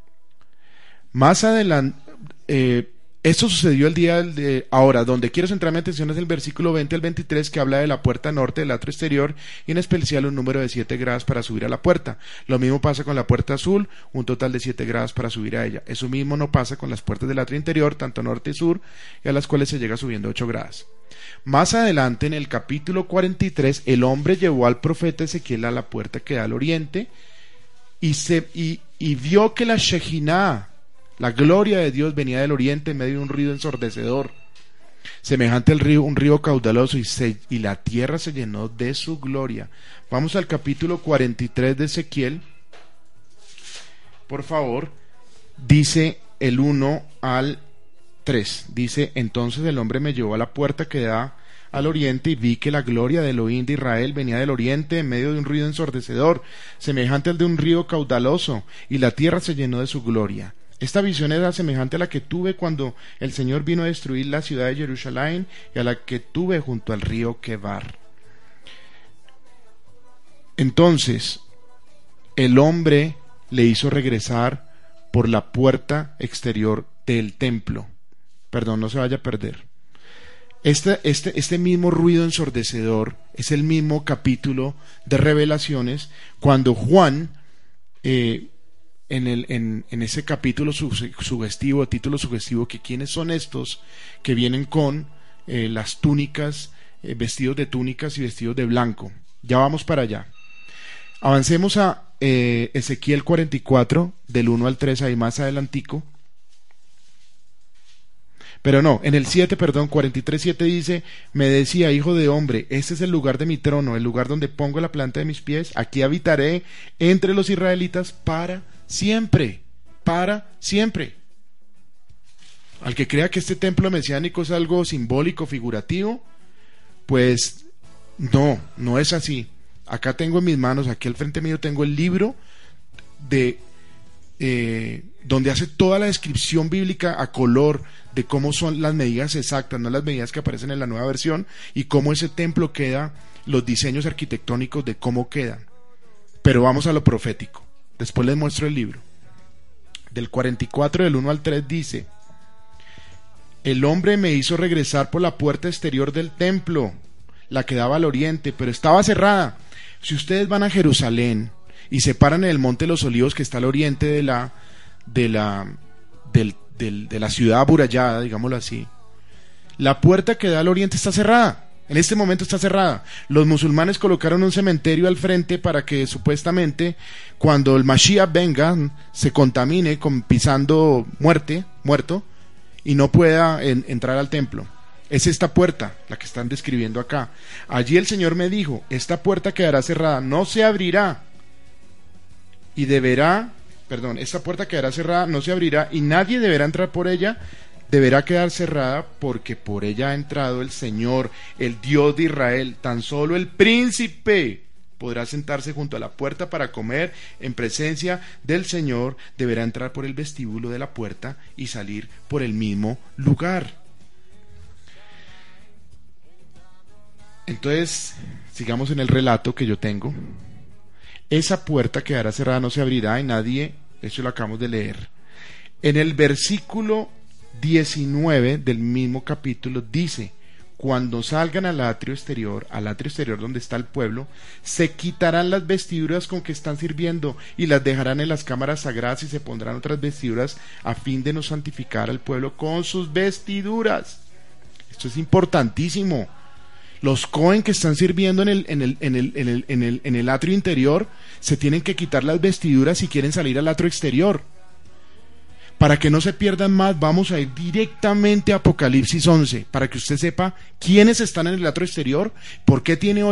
Más adelante, esto sucedió el día de ahora. Donde quiero centrar mi atención es el versículo 20 al 23, que habla de la puerta norte del atrio exterior y en especial un número de 7 gradas para subir a la puerta. Lo mismo pasa con la puerta azul, un total de 7 gradas para subir a ella. Eso mismo no pasa con las puertas del atrio interior, tanto norte y sur, y a las cuales se llega subiendo 8 gradas. Más adelante, en el capítulo 43, el hombre llevó al profeta Ezequiel a la puerta que da al oriente y vio que la Shekinah, la gloria de Dios, venía del oriente en medio de un ruido ensordecedor, semejante al río, un río caudaloso, y la tierra se llenó de su gloria. Vamos al capítulo 43 de Ezequiel, por favor. Dice el 1 al 3. Dice: entonces el hombre me llevó a la puerta que da al oriente y vi que la gloria de Elohim de Israel venía del oriente en medio de un ruido ensordecedor, semejante al de un río caudaloso, y la tierra se llenó de su gloria. Esta visión era semejante a la que tuve cuando el Señor vino a destruir la ciudad de Jerusalén y a la que tuve junto al río Quebar. Entonces, el hombre le hizo regresar por la puerta exterior del templo. Perdón, no se vaya a perder. Este mismo ruido ensordecedor es el mismo capítulo de Revelaciones cuando Juan, en ese capítulo sugestivo, título sugestivo, que quiénes son estos que vienen con las túnicas, vestidos de túnicas y vestidos de blanco. Ya vamos para allá. Avancemos a Ezequiel 44, del 1 al 3, ahí más adelantico. Pero no, en el 7, 43:7 dice: me decía, hijo de hombre, este es el lugar de mi trono, el lugar donde pongo la planta de mis pies, aquí habitaré entre los israelitas para siempre, para siempre. Al que crea que este templo mesiánico es algo simbólico, figurativo, pues no es así. Acá tengo en mis manos, aquí al frente mío tengo el libro de donde hace toda la descripción bíblica a color de cómo son las medidas exactas, no las medidas que aparecen en la nueva versión, y cómo ese templo queda, los diseños arquitectónicos de cómo quedan. Pero vamos a lo profético. Después les muestro el libro. Del 44, del 1 al 3 dice: el hombre me hizo regresar por la puerta exterior del templo, la que daba al oriente, pero estaba cerrada. Si ustedes van a Jerusalén y se paran en el Monte de los Olivos, que está al oriente de la ciudad amurallada, digámoslo así, la puerta que da al oriente está cerrada. En este momento está cerrada. Los musulmanes colocaron un cementerio al frente para que supuestamente cuando el Mashiach venga se contamine pisando muerto y no pueda entrar al templo. Es esta puerta, la que están describiendo acá. Allí el Señor me dijo: esta puerta quedará cerrada, no se abrirá, esta puerta quedará cerrada, no se abrirá, y nadie deberá entrar por ella, deberá quedar cerrada, porque por ella ha entrado el Señor, el Dios de Israel. Tan solo el príncipe podrá sentarse junto a la puerta para comer en presencia del Señor, deberá entrar por el vestíbulo de la puerta y salir por el mismo lugar. Entonces, sigamos en el relato que yo tengo. Esa puerta quedará cerrada, no se abrirá, y nadie, eso lo acabamos de leer. En el versículo 19 del mismo capítulo dice: cuando salgan al atrio exterior donde está el pueblo, se quitarán las vestiduras con que están sirviendo y las dejarán en las cámaras sagradas, y se pondrán otras vestiduras a fin de no santificar al pueblo con sus vestiduras. Esto es importantísimo. Los Cohen que están sirviendo en el atrio interior se tienen que quitar las vestiduras si quieren salir al atrio exterior. Para que no se pierdan más, vamos a ir directamente a Apocalipsis 11, para que usted sepa quiénes están en el atrio exterior, por qué tiene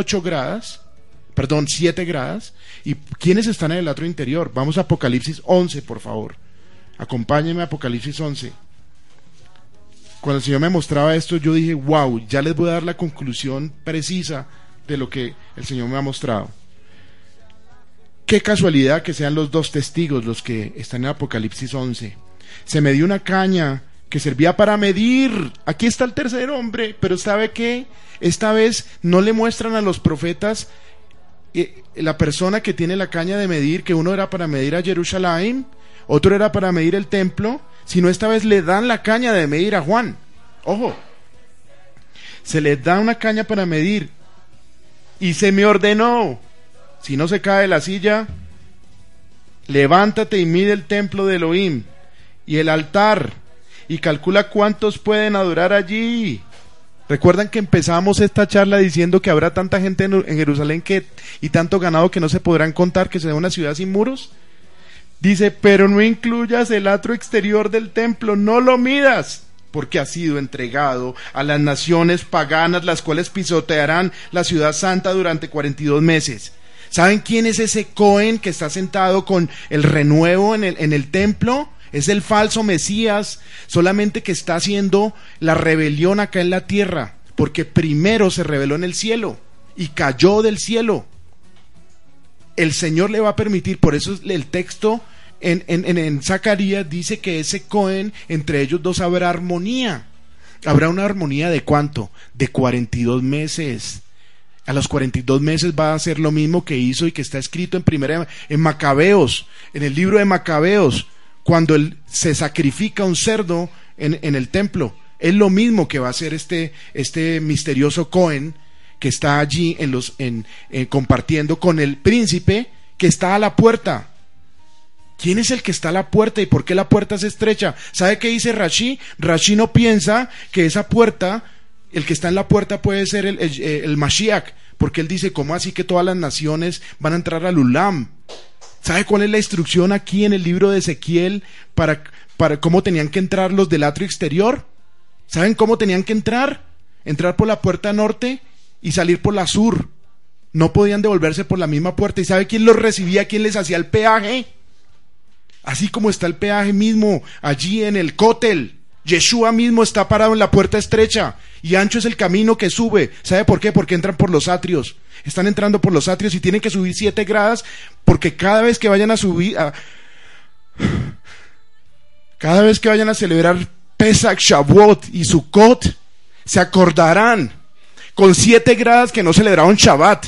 7 gradas, y quiénes están en el atrio interior. Vamos a Apocalipsis 11, por favor. Acompáñenme a Apocalipsis 11. Cuando el Señor me mostraba esto, yo dije: wow, ya les voy a dar la conclusión precisa de lo que el Señor me ha mostrado. Qué casualidad que sean los dos testigos los que están en Apocalipsis 11. Se me dio una caña que servía para medir. Aquí está el tercer hombre, pero ¿sabe qué? Esta vez no le muestran a los profetas la persona que tiene la caña de medir, que uno era para medir a Jerusalén, otro era para medir el templo, sino esta vez le dan la caña de medir a Juan. Ojo, se le da una caña para medir, y se me ordenó: si no se cae de la silla, levántate y mide el templo de Elohim y el altar, y calcula cuántos pueden adorar allí. ¿Recuerdan que empezamos esta charla diciendo que habrá tanta gente en Jerusalén y tanto ganado que no se podrán contar, que será una ciudad sin muros? Dice: pero no incluyas el atrio exterior del templo, no lo midas, porque ha sido entregado a las naciones paganas, las cuales pisotearán la ciudad santa durante 42 meses. ¿Saben quién es ese Cohen que está sentado con el renuevo en el templo? Es el falso Mesías, solamente que está haciendo la rebelión acá en la tierra. porque primero se reveló en el cielo y cayó del cielo. El Señor le va a permitir, por eso el texto en Zacarías dice que ese Cohen, entre ellos dos habrá armonía. Habrá una armonía ¿de cuánto? De 42 meses. A los 42 meses va a hacer lo mismo que hizo y que está escrito en Macabeos, en el libro de Macabeos, cuando se sacrifica un cerdo en el templo. Es lo mismo que va a hacer este misterioso Cohen que está allí compartiendo con el príncipe que está a la puerta. ¿Quién es el que está a la puerta y por qué la puerta es estrecha? ¿Sabe qué dice Rashi? Rashi no piensa que esa puerta, el que está en la puerta puede ser el Mashiach, porque él dice, ¿cómo así que todas las naciones van a entrar al Ulam? ¿Sabe cuál es la instrucción aquí en el libro de Ezequiel para cómo tenían que entrar los del atrio exterior? ¿Saben cómo tenían que entrar? Entrar por la puerta norte y salir por la sur. No podían devolverse por la misma puerta. ¿Y sabe quién los recibía? ¿Quién les hacía el peaje? Así como está el peaje mismo allí en el Kotel, Yeshua mismo está parado en la puerta estrecha y ancho es el camino que sube. ¿Sabe por qué? Porque entran por los atrios. Están entrando por los atrios y tienen que subir 7 gradas, porque cada vez que vayan a subir, cada vez que vayan a celebrar Pesach, Shavuot y Sukkot, se acordarán con 7 gradas que no celebraron Shabbat.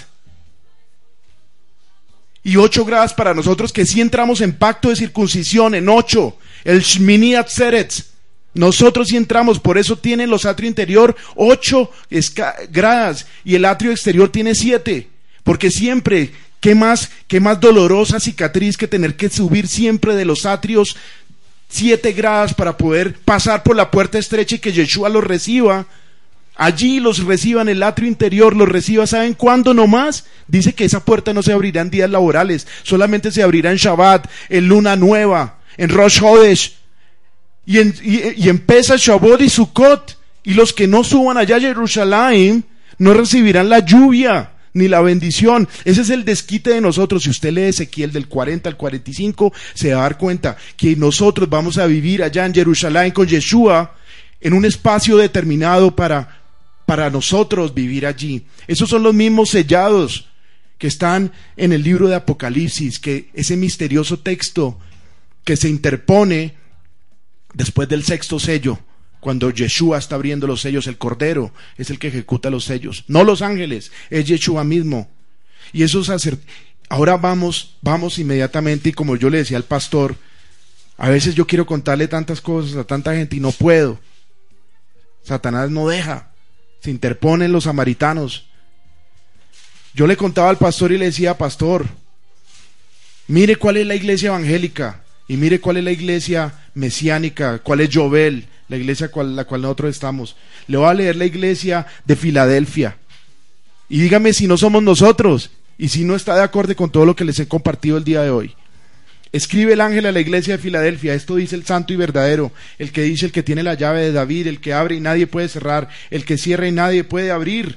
Y 8 gradas para nosotros que sí entramos en pacto de circuncisión, en 8, el Shmini Atzeret. Nosotros sí entramos, por eso tienen los atrios interior 8 gradas y el atrio exterior tiene 7, porque siempre, qué más dolorosa cicatriz que tener que subir siempre de los atrios 7 gradas para poder pasar por la puerta estrecha y que Yeshua los reciba. Allí los reciban, el atrio interior los reciba. ¿Saben cuándo nomás? Dice que esa puerta no se abrirá en días laborales, solamente se abrirá en Shabbat, en Luna Nueva, en Rosh Hodesh y en Pesach, Shavuot y Sukkot. Y los que no suban allá a Jerusalén no recibirán la lluvia ni la bendición. Ese es el desquite de nosotros. Si usted lee Ezequiel del 40 al 45, se va a dar cuenta que nosotros vamos a vivir allá en Jerusalén con Yeshua en un espacio determinado para nosotros vivir allí. Esos son los mismos sellados que están en el libro de Apocalipsis, que ese misterioso texto que se interpone después del 6º sello, cuando Yeshua está abriendo los sellos. El Cordero es el que ejecuta los sellos, no los ángeles, es Yeshua mismo. Y eso ahora vamos inmediatamente, y como yo le decía al pastor, a veces yo quiero contarle tantas cosas a tanta gente y no puedo. Satanás no deja, se interponen los samaritanos. Yo le contaba al pastor y le decía, pastor, mire cuál es la iglesia evangélica y mire cuál es la iglesia mesiánica, cuál es Yobel, la iglesia la cual nosotros estamos. Le voy a leer la iglesia de Filadelfia y dígame si no somos nosotros y si no está de acuerdo con todo lo que les he compartido el día de hoy. Escribe el ángel a la iglesia de Filadelfia: esto dice el santo y verdadero, el que dice, el que tiene la llave de David, el que abre y nadie puede cerrar, el que cierra y nadie puede abrir.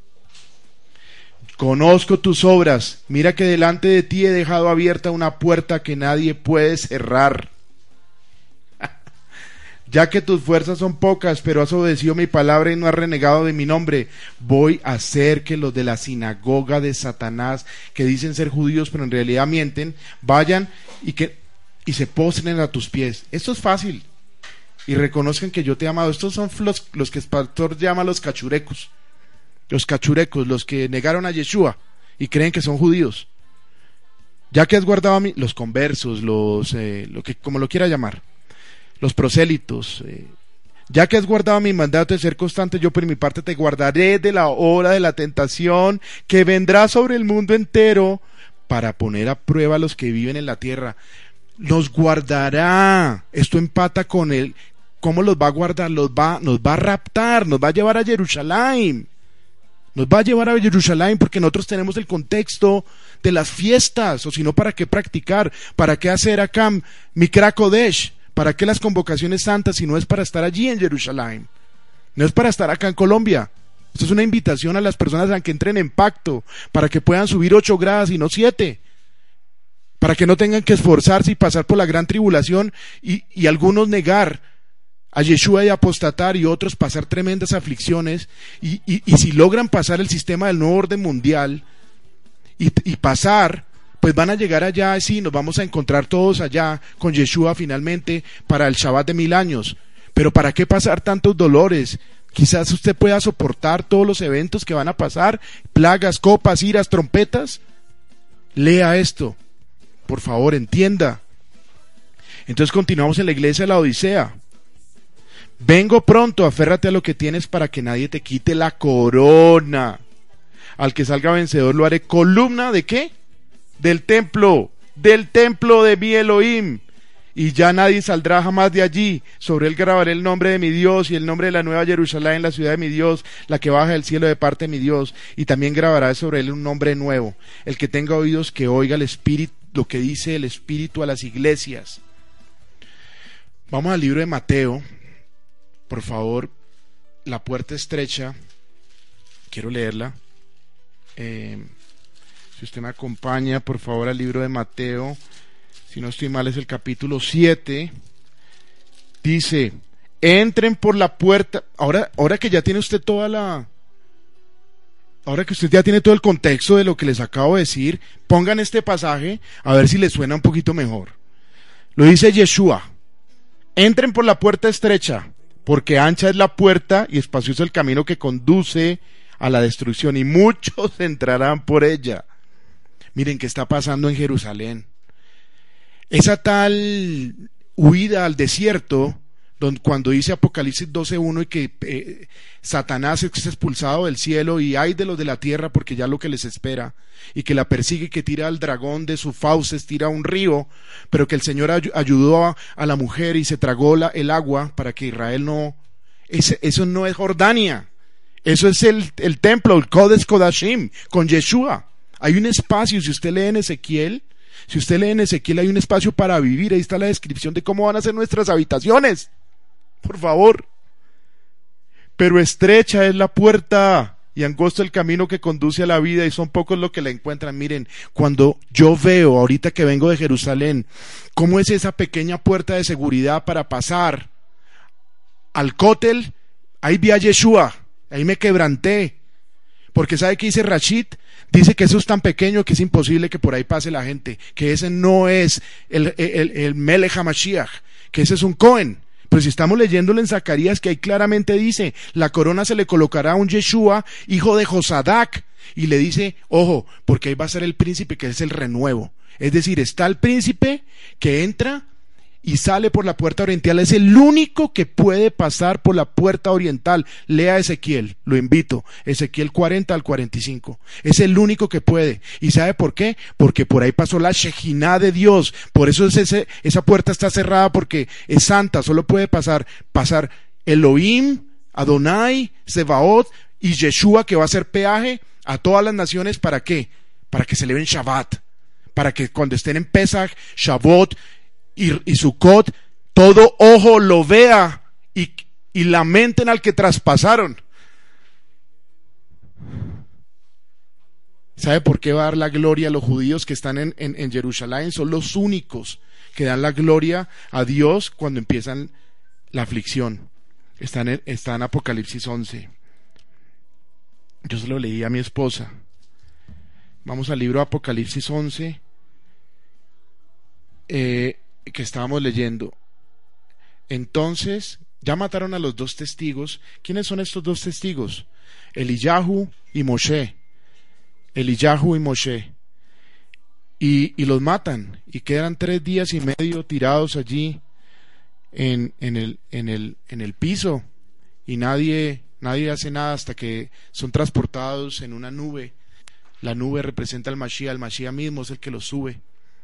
Conozco tus obras, mira que delante de ti he dejado abierta una puerta que nadie puede cerrar. Ya que tus fuerzas son pocas, pero has obedecido mi palabra y no has renegado de mi nombre, voy a hacer que los de la sinagoga de Satanás, que dicen ser judíos pero en realidad mienten, vayan y se postren a tus pies. Esto es fácil. Y reconozcan que yo te he amado. Estos son los que el pastor llama los cachurecos. Los cachurecos, los que negaron a Yeshua y creen que son judíos. Ya que has guardado a mí, los conversos, como lo quiera llamar, los prosélitos, ya que has guardado mi mandato de ser constante, yo por mi parte te guardaré de la hora de la tentación que vendrá sobre el mundo entero para poner a prueba a los que viven en la tierra. Nos guardará. Esto empata con él. ¿Cómo los va a guardar? Nos va a raptar, nos va a llevar a Jerusalén. Nos va a llevar a Jerusalén porque nosotros tenemos el contexto de las fiestas. O si no, ¿para qué practicar? ¿Para qué hacer acá Mikra Kodesh? ¿Para qué las convocaciones santas si no es para estar allí en Jerusalén? No es para estar acá en Colombia. Esto es una invitación a las personas a que entren en pacto, para que puedan subir 8 gradas y no 7, para que no tengan que esforzarse y pasar por la gran tribulación y algunos negar a Yeshua y apostatar y otros pasar tremendas aflicciones y si logran pasar el sistema del nuevo orden mundial y pasar, pues van a llegar allá, sí, nos vamos a encontrar todos allá con Yeshua finalmente para el Shabbat de 1000 años. Pero ¿para qué pasar tantos dolores? Quizás usted pueda soportar todos los eventos que van a pasar, plagas, copas, iras, trompetas. Lea esto, por favor, entienda. Entonces continuamos en la iglesia de la Odisea. Vengo pronto, aférrate a lo que tienes para que nadie te quite la corona. Al que salga vencedor lo haré columna ¿de qué? Del templo de mi Elohim. Y ya nadie saldrá jamás de allí. Sobre él grabaré el nombre de mi Dios y el nombre de la nueva Jerusalén, la ciudad de mi Dios, la que baja del cielo de parte de mi Dios. Y también grabará sobre él un nombre nuevo. El que tenga oídos que oiga el Espíritu, lo que dice el Espíritu a las iglesias. Vamos al libro de Mateo. Por favor, la puerta estrecha. Quiero leerla. Si usted me acompaña, por favor, al libro de Mateo. Si no estoy mal, es el capítulo 7. Dice: entren por la puerta. Ahora que ya tiene usted ahora que usted ya tiene todo el contexto de lo que les acabo de decir, pongan este pasaje a ver si les suena un poquito mejor. Lo dice Yeshua: entren por la puerta estrecha, porque ancha es la puerta y espacioso el camino que conduce a la destrucción, y muchos entrarán por ella. Miren qué está pasando en Jerusalén. Esa tal huida al desierto, cuando dice Apocalipsis 12:1 y que Satanás es expulsado del cielo y hay de los de la tierra porque ya lo que les espera, y que la persigue, que tira al dragón de sus fauces, tira a un río, pero que el Señor ayudó a la mujer y se tragó el agua para que Israel no... Eso no es Jordania, eso es el templo, el Kodesh Kodashim, con Yeshua. Hay un espacio, si usted lee en Ezequiel, hay un espacio para vivir. Ahí está la descripción de cómo van a ser nuestras habitaciones. Por favor. Pero estrecha es la puerta y angosto el camino que conduce a la vida, y son pocos los que la encuentran. Miren, cuando yo veo, ahorita que vengo de Jerusalén, cómo es esa pequeña puerta de seguridad para pasar al Kotel, ahí vi a Yeshua, ahí me quebranté. Porque ¿sabe qué dice Rashid? Dice que eso es tan pequeño que es imposible que por ahí pase la gente, que ese no es el Melech HaMashiach, que ese es un Cohen. Pero si estamos leyéndolo en Zacarías, que ahí claramente dice: la corona se le colocará a un Yeshua, hijo de Josadac, y le dice, ojo, porque ahí va a ser el príncipe, que es el renuevo. Es decir, está el príncipe que entra y sale por la puerta oriental, es el único que puede pasar por la puerta oriental. Lea Ezequiel, lo invito, Ezequiel 40 al 45, es el único que puede. ¿Y sabe por qué? Porque por ahí pasó la Shekinah de Dios. Por eso esa puerta está cerrada, porque es santa. Solo puede pasar Elohim, Adonai, Sebaot y Yeshua, que va a hacer peaje a todas las naciones. ¿Para qué? Para que celebren Shabbat, para que cuando estén en Pesach, Shavuot y Sukkot, todo ojo lo vea y lamenten al que traspasaron. ¿Sabe por qué va a dar la gloria a los judíos que están en Jerusalén? Son los únicos que dan la gloria a Dios cuando empiezan la aflicción. Está en Apocalipsis 11. Yo se lo leí a mi esposa. Vamos al libro de Apocalipsis 11, que estábamos leyendo. Entonces ya mataron a los 2 testigos. ¿Quiénes son estos 2 testigos? Eliyahu y Moshe. Y los matan, y quedan 3 días y medio tirados allí en el piso, y nadie hace nada hasta que son transportados en una nube. La nube representa al Mashiach, el Mashiach mismo es el que los sube.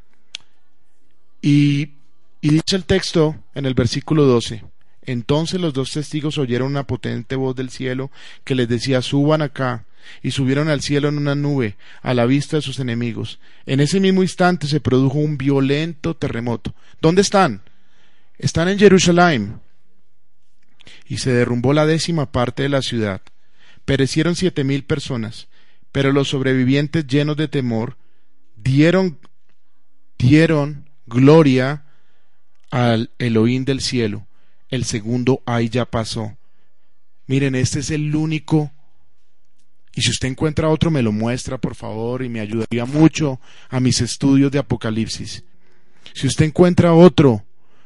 Y dice el texto en el versículo 12: entonces los 2 testigos oyeron una potente voz del cielo que les decía: suban acá. Y subieron al cielo en una nube, a la vista de sus enemigos. En ese mismo instante se produjo un violento terremoto. ¿Dónde están? Están en Jerusalén. Y se derrumbó la 10ª parte de la ciudad. Perecieron 7,000 personas. Pero los sobrevivientes, llenos de temor, dieron gloria al Elohim del cielo. el segundo ay ya pasó. Miren, este es el único, y si usted encuentra otro me lo muestra por favor, y me ayudaría mucho a mis estudios de Apocalipsis. Si usted encuentra otro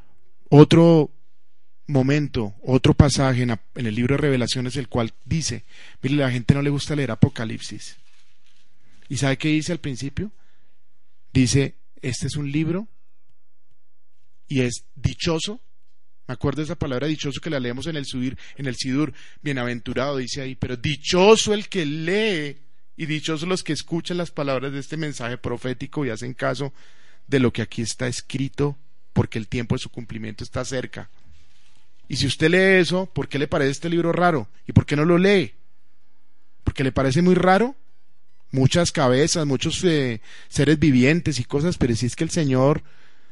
momento, otro pasaje en el libro de Revelaciones, el cual dice, mire, la gente no le gusta leer Apocalipsis. ¿Y sabe qué dice al principio? Dice, este es un libro y es dichoso. Me acuerdo de esa palabra dichoso que la leemos en el Sidur, bienaventurado dice ahí, pero dichoso el que lee y dichosos los que escuchan las palabras de este mensaje profético y hacen caso de lo que aquí está escrito, porque el tiempo de su cumplimiento está cerca. Y si usted lee eso, ¿por qué le parece este libro raro? ¿Y por qué no lo lee? ¿Porque le parece muy raro? Muchas cabezas, muchos seres vivientes y cosas, pero si es que el Señor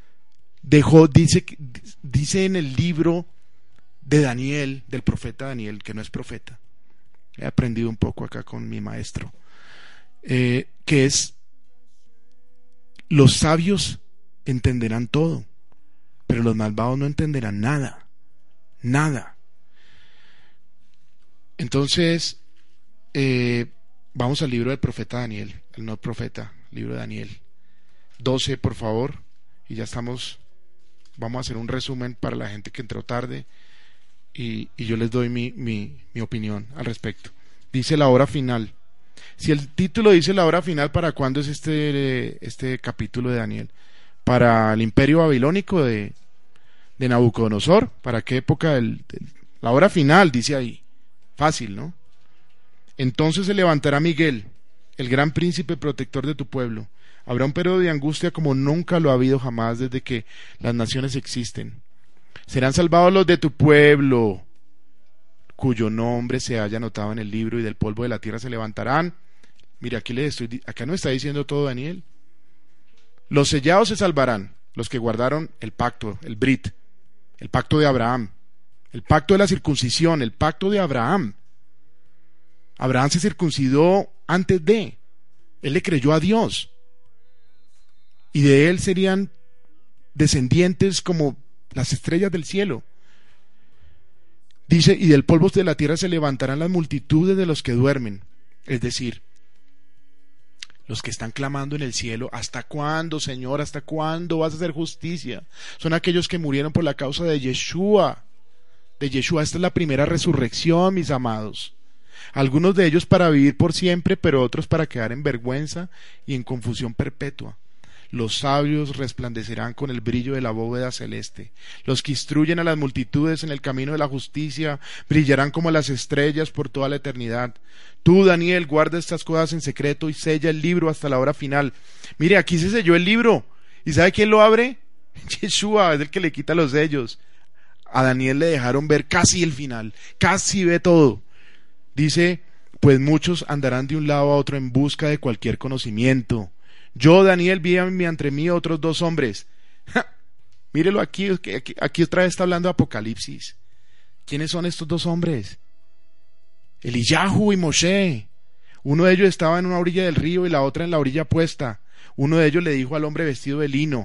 dice en el libro de Daniel, del profeta Daniel, que no es profeta. He aprendido un poco acá con mi maestro, que es, los sabios entenderán todo, pero los malvados no entenderán nada. Nada. Entonces, vamos al libro del profeta Daniel, el no profeta, libro de Daniel 12, por favor, y ya estamos, vamos a hacer un resumen para la gente que entró tarde, y yo les doy mi opinión al respecto. Dice la hora final. Si el título dice la hora final, ¿para cuándo es este capítulo de Daniel? ¿Para el imperio babilónico de Nabucodonosor? ¿Para qué época? La hora final, dice ahí. Fácil, ¿no? Entonces se levantará Miguel, el gran príncipe protector de tu pueblo. Habrá un periodo de angustia como nunca lo ha habido jamás desde que las naciones existen. Serán salvados los de tu pueblo, cuyo nombre se haya anotado en el libro, y del polvo de la tierra se levantarán. Mire, acá no está diciendo todo Daniel. Los sellados se salvarán, los que guardaron el pacto, el Brit, el pacto de Abraham, el pacto de la circuncisión, el pacto de Abraham. Abraham se circuncidó antes él le creyó a Dios, y de él serían descendientes como las estrellas del cielo. Dice, y del polvo de la tierra se levantarán las multitudes de los que duermen, es decir, los que están clamando en el cielo, ¿hasta cuándo, Señor? ¿Hasta cuándo vas a hacer justicia? Son aquellos que murieron por la causa de Yeshua. Esta es la primera resurrección, mis amados. Algunos de ellos para vivir por siempre, pero otros para quedar en vergüenza y en confusión perpetua. Los sabios resplandecerán con el brillo de la bóveda celeste. Los que instruyen a las multitudes en el camino de la justicia brillarán como las estrellas por toda la eternidad. Tú, Daniel, guarda estas cosas en secreto y sella el libro hasta la hora final. Mire, aquí se selló el libro. ¿Y sabe quién lo abre? Yeshua, es el que le quita los sellos. A Daniel le dejaron ver casi el final, casi ve todo. Dice, pues muchos andarán de un lado a otro en busca de cualquier conocimiento. Yo, Daniel, vi entre mí otros dos hombres. Mírelo aquí otra vez está hablando de Apocalipsis. ¿Quiénes son estos dos hombres? Eliyahu y Moshe. Uno de ellos estaba en una orilla del río y la otra en la orilla opuesta. Uno de ellos le dijo al hombre vestido de lino.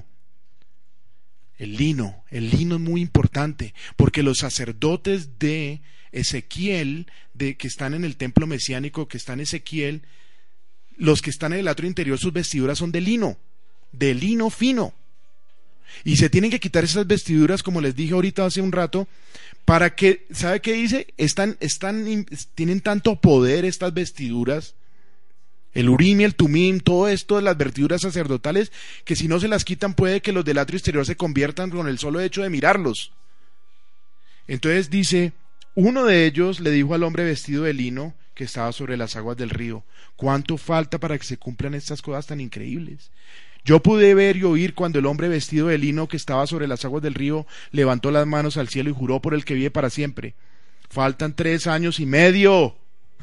El lino es muy importante, porque los sacerdotes de Ezequiel, que están en el templo mesiánico, que está en Ezequiel, los que están en el atrio interior, sus vestiduras son de lino fino, y se tienen que quitar esas vestiduras, como les dije ahorita hace un rato, para que, ¿sabe qué dice? Tienen tanto poder estas vestiduras, el Urim y el Tumim, todo esto de las vestiduras sacerdotales, que si no se las quitan puede que los del atrio exterior se conviertan con el solo hecho de mirarlos. Entonces dice, uno de ellos le dijo al hombre vestido de lino que estaba sobre las aguas del río, ¿cuánto falta para que se cumplan estas cosas tan increíbles? Yo pude ver y oír cuando el hombre vestido de lino que estaba sobre las aguas del río levantó las manos al cielo y juró por el que vive para siempre. Faltan 3 años y medio.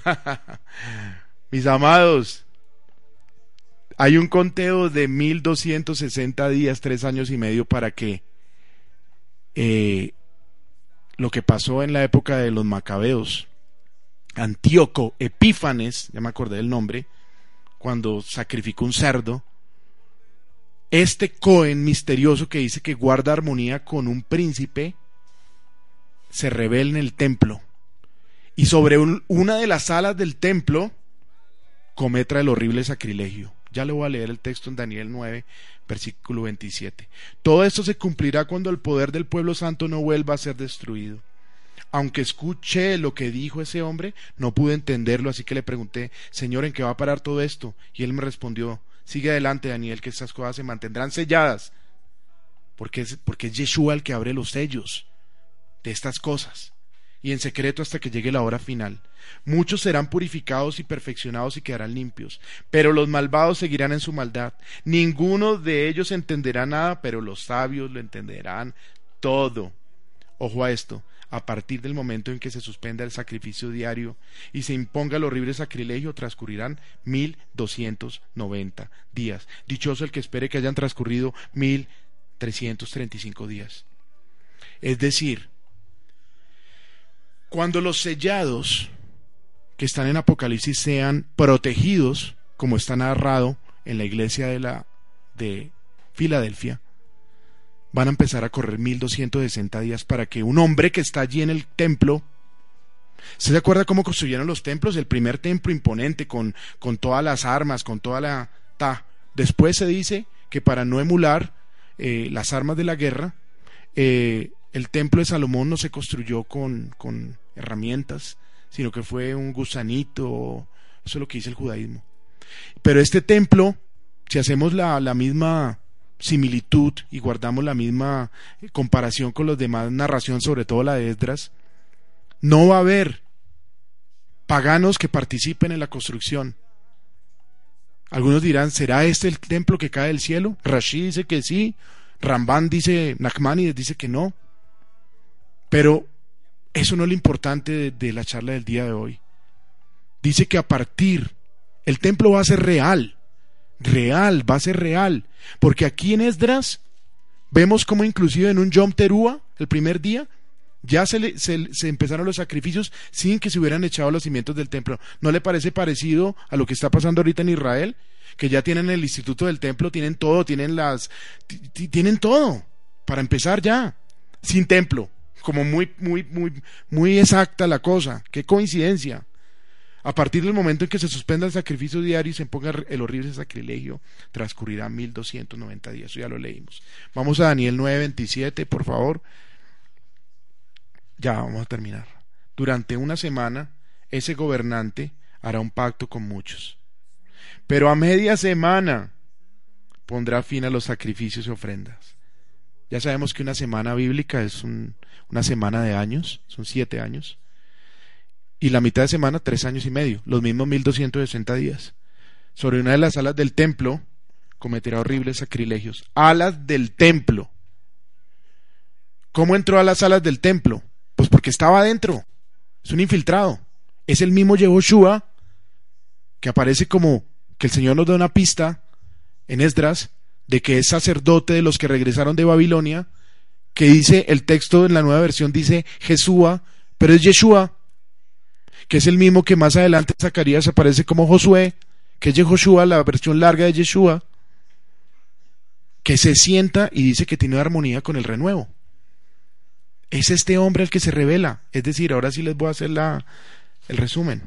Mis amados, hay un conteo de 1260 días, 3 años y medio para que lo que pasó en la época de los macabeos, Antíoco Epífanes, ya me acordé del nombre, cuando sacrificó un cerdo, este Cohen misterioso que dice que guarda armonía con un príncipe, se revele en el templo y sobre una de las salas del templo cometa el horrible sacrilegio. Ya le voy a leer el texto en Daniel 9, versículo 27. Todo esto se cumplirá cuando el poder del pueblo santo no vuelva a ser destruido. Aunque escuché lo que dijo ese hombre, no pude entenderlo, así que le pregunté: Señor, ¿en qué va a parar todo esto? Y él me respondió: sigue adelante, Daniel, que estas cosas se mantendrán selladas, porque es Yeshua el que abre los sellos de estas cosas, y en secreto hasta que llegue la hora final. Muchos serán purificados y perfeccionados y quedarán limpios, pero los malvados seguirán en su maldad. Ninguno de ellos entenderá nada, pero los sabios lo entenderán todo. Ojo a esto: a partir del momento en que se suspenda el sacrificio diario y se imponga el horrible sacrilegio, transcurrirán 1290 días. Dichoso el que espere que hayan transcurrido 1335 días. Es decir, cuando los sellados que están en Apocalipsis sean protegidos, como está narrado en la iglesia de Filadelfia, van a empezar a correr 1260 días para que un hombre que está allí en el templo... ¿Se acuerda cómo construyeron los templos? El primer templo imponente, con todas las armas, con toda la... Después se dice que para no emular las armas de la guerra, el templo de Salomón no se construyó con herramientas, sino que fue un gusanito. Eso es lo que dice el judaísmo. Pero este templo, si hacemos la misma similitud y guardamos la misma comparación con los demás narración, sobre todo la de Esdras, no va a haber paganos que participen en la construcción. Algunos dirán: ¿será este el templo que cae del cielo? Rashi dice que sí, Ramban dice, Nachmanides dice que no. Pero eso no es lo importante de la charla del día de hoy. Dice que el templo va a ser real, va a ser real, porque aquí en Esdras vemos como inclusive en un Yom Teruah, el primer día, ya se empezaron los sacrificios sin que se hubieran echado los cimientos del templo. ¿No le parece parecido a lo que está pasando ahorita en Israel? Que ya tienen el instituto del templo, tienen todo, tienen todo para empezar ya, sin templo. Como muy exacta la cosa. Qué coincidencia. A partir del momento en que se suspenda el sacrificio diario y se imponga el horrible sacrilegio, transcurrirá 1290 días. Eso ya lo leímos. Vamos a Daniel 9:27, por favor. Ya vamos a terminar. Durante una semana, ese gobernante hará un pacto con muchos, pero a media semana pondrá fin a los sacrificios y ofrendas. Ya sabemos que una semana bíblica es una semana de años, son 7 años, y la mitad de semana 3 años y medio, los mismos 1260 días. Sobre una de las alas del templo cometerá horribles sacrilegios. Alas del templo. ¿Cómo entró a las alas del templo? Pues porque estaba adentro, es un infiltrado. Es el mismo Yehoshua, que aparece como que el Señor nos da una pista en Esdras de que es sacerdote de los que regresaron de Babilonia, que dice, el texto en la nueva versión dice Jesúa, pero es Yeshua, que es el mismo que más adelante en Zacarías aparece como Josué, que es Yehoshua, la versión larga de Yeshua, que se sienta y dice que tiene armonía con el renuevo. Es este hombre el que se revela. Es decir, ahora sí les voy a hacer el resumen.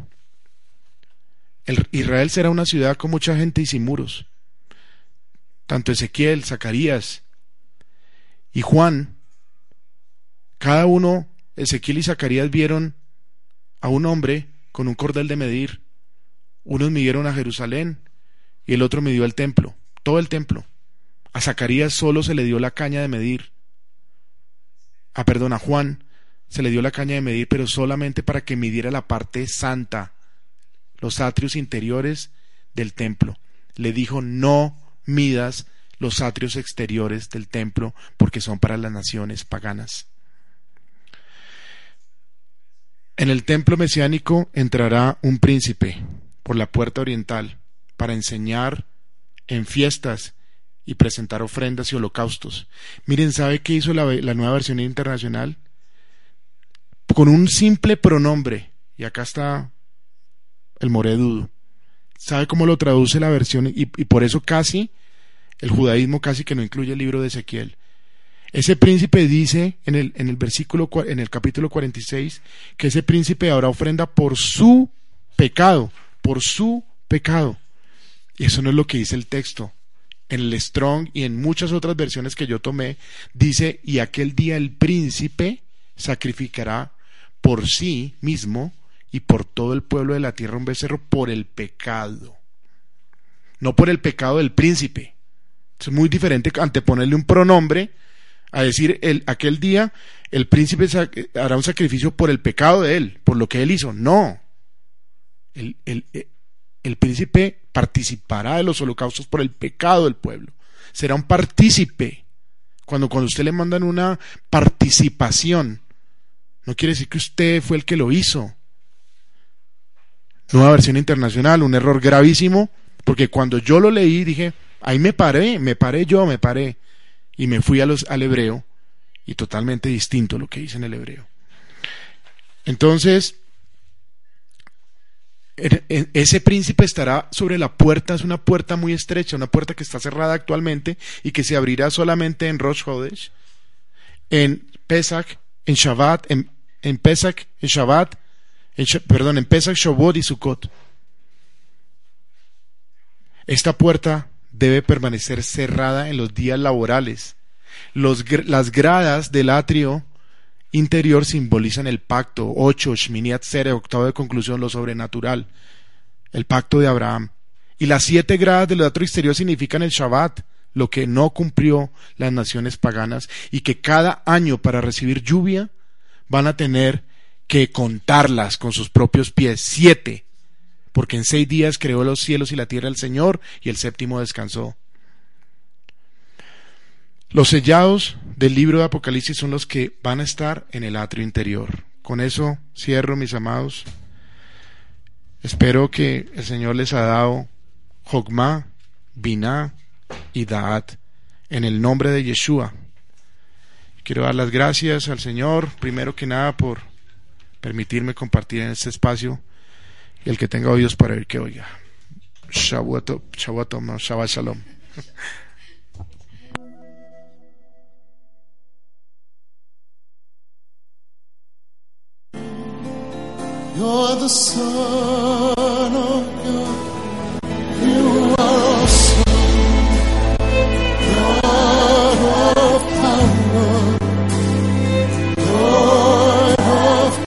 Israel será una ciudad con mucha gente y sin muros. Tanto Ezequiel, Zacarías y Juan, cada uno, Ezequiel y Zacarías, vieron a un hombre con un cordel de medir. Unos midieron a Jerusalén y el otro midió el templo, todo el templo. A Zacarías solo se le dio la caña de medir. A Juan se le dio la caña de medir, pero solamente para que midiera la parte santa, los atrios interiores del templo. Le dijo: no midas los atrios exteriores del templo, porque son para las naciones paganas. En el templo mesiánico entrará un príncipe por la puerta oriental para enseñar en fiestas y presentar ofrendas y holocaustos. Miren, ¿sabe qué hizo la nueva versión internacional? Con un simple pronombre, y acá está el Moredudo. ¿Sabe cómo lo traduce la versión? Y por eso casi, el judaísmo casi que no incluye el libro de Ezequiel. Ese príncipe dice en el capítulo 46, que ese príncipe habrá ofrenda por su pecado, por su pecado. Y eso no es lo que dice el texto. En el Strong y en muchas otras versiones que yo tomé, dice: y aquel día el príncipe sacrificará por sí mismo y por todo el pueblo de la tierra un becerro por el pecado, no por el pecado del príncipe. Es muy diferente anteponerle un pronombre a decir aquel día el príncipe hará un sacrificio por el pecado de él, por lo que él hizo. No, el príncipe participará de los holocaustos por el pecado del pueblo. Será un partícipe. Cuando usted le mandan una participación, no quiere decir que usted fue el que lo hizo. Nueva Versión Internacional, un error gravísimo, porque cuando yo lo leí dije, ahí me paré y me fui al hebreo, y totalmente distinto lo que dice en el hebreo. Entonces, ese príncipe estará sobre la puerta. Es una puerta muy estrecha, una puerta que está cerrada actualmente y que se abrirá solamente en Rosh Hodesh, en Pesach, en Shabbat, en Pesach, en Shabbat, en Pesach, Shavuot y Sukkot. Esta puerta debe permanecer cerrada en los días laborales. Las gradas del atrio interior simbolizan el pacto. 8, Shmini Atzeret, octavo de conclusión, lo sobrenatural, el pacto de Abraham. Y las 7 gradas del atrio exterior significan el Shabbat, lo que no cumplió las naciones paganas, y que cada año para recibir lluvia van a tener que contarlas con sus propios pies. 7, porque en 6 días creó los cielos y la tierra el Señor, y el séptimo descansó. Los sellados del libro de Apocalipsis son los que van a estar en el atrio interior. Con eso cierro, mis amados. Espero que el Señor les ha dado Jogma, Binah y Da'at en el nombre de Yeshua. Quiero dar las gracias al Señor, primero que nada, por permitirme compartir en este espacio, y el que tenga oídos para oír, que oiga. Shabbat Shalom. You're the Son of God.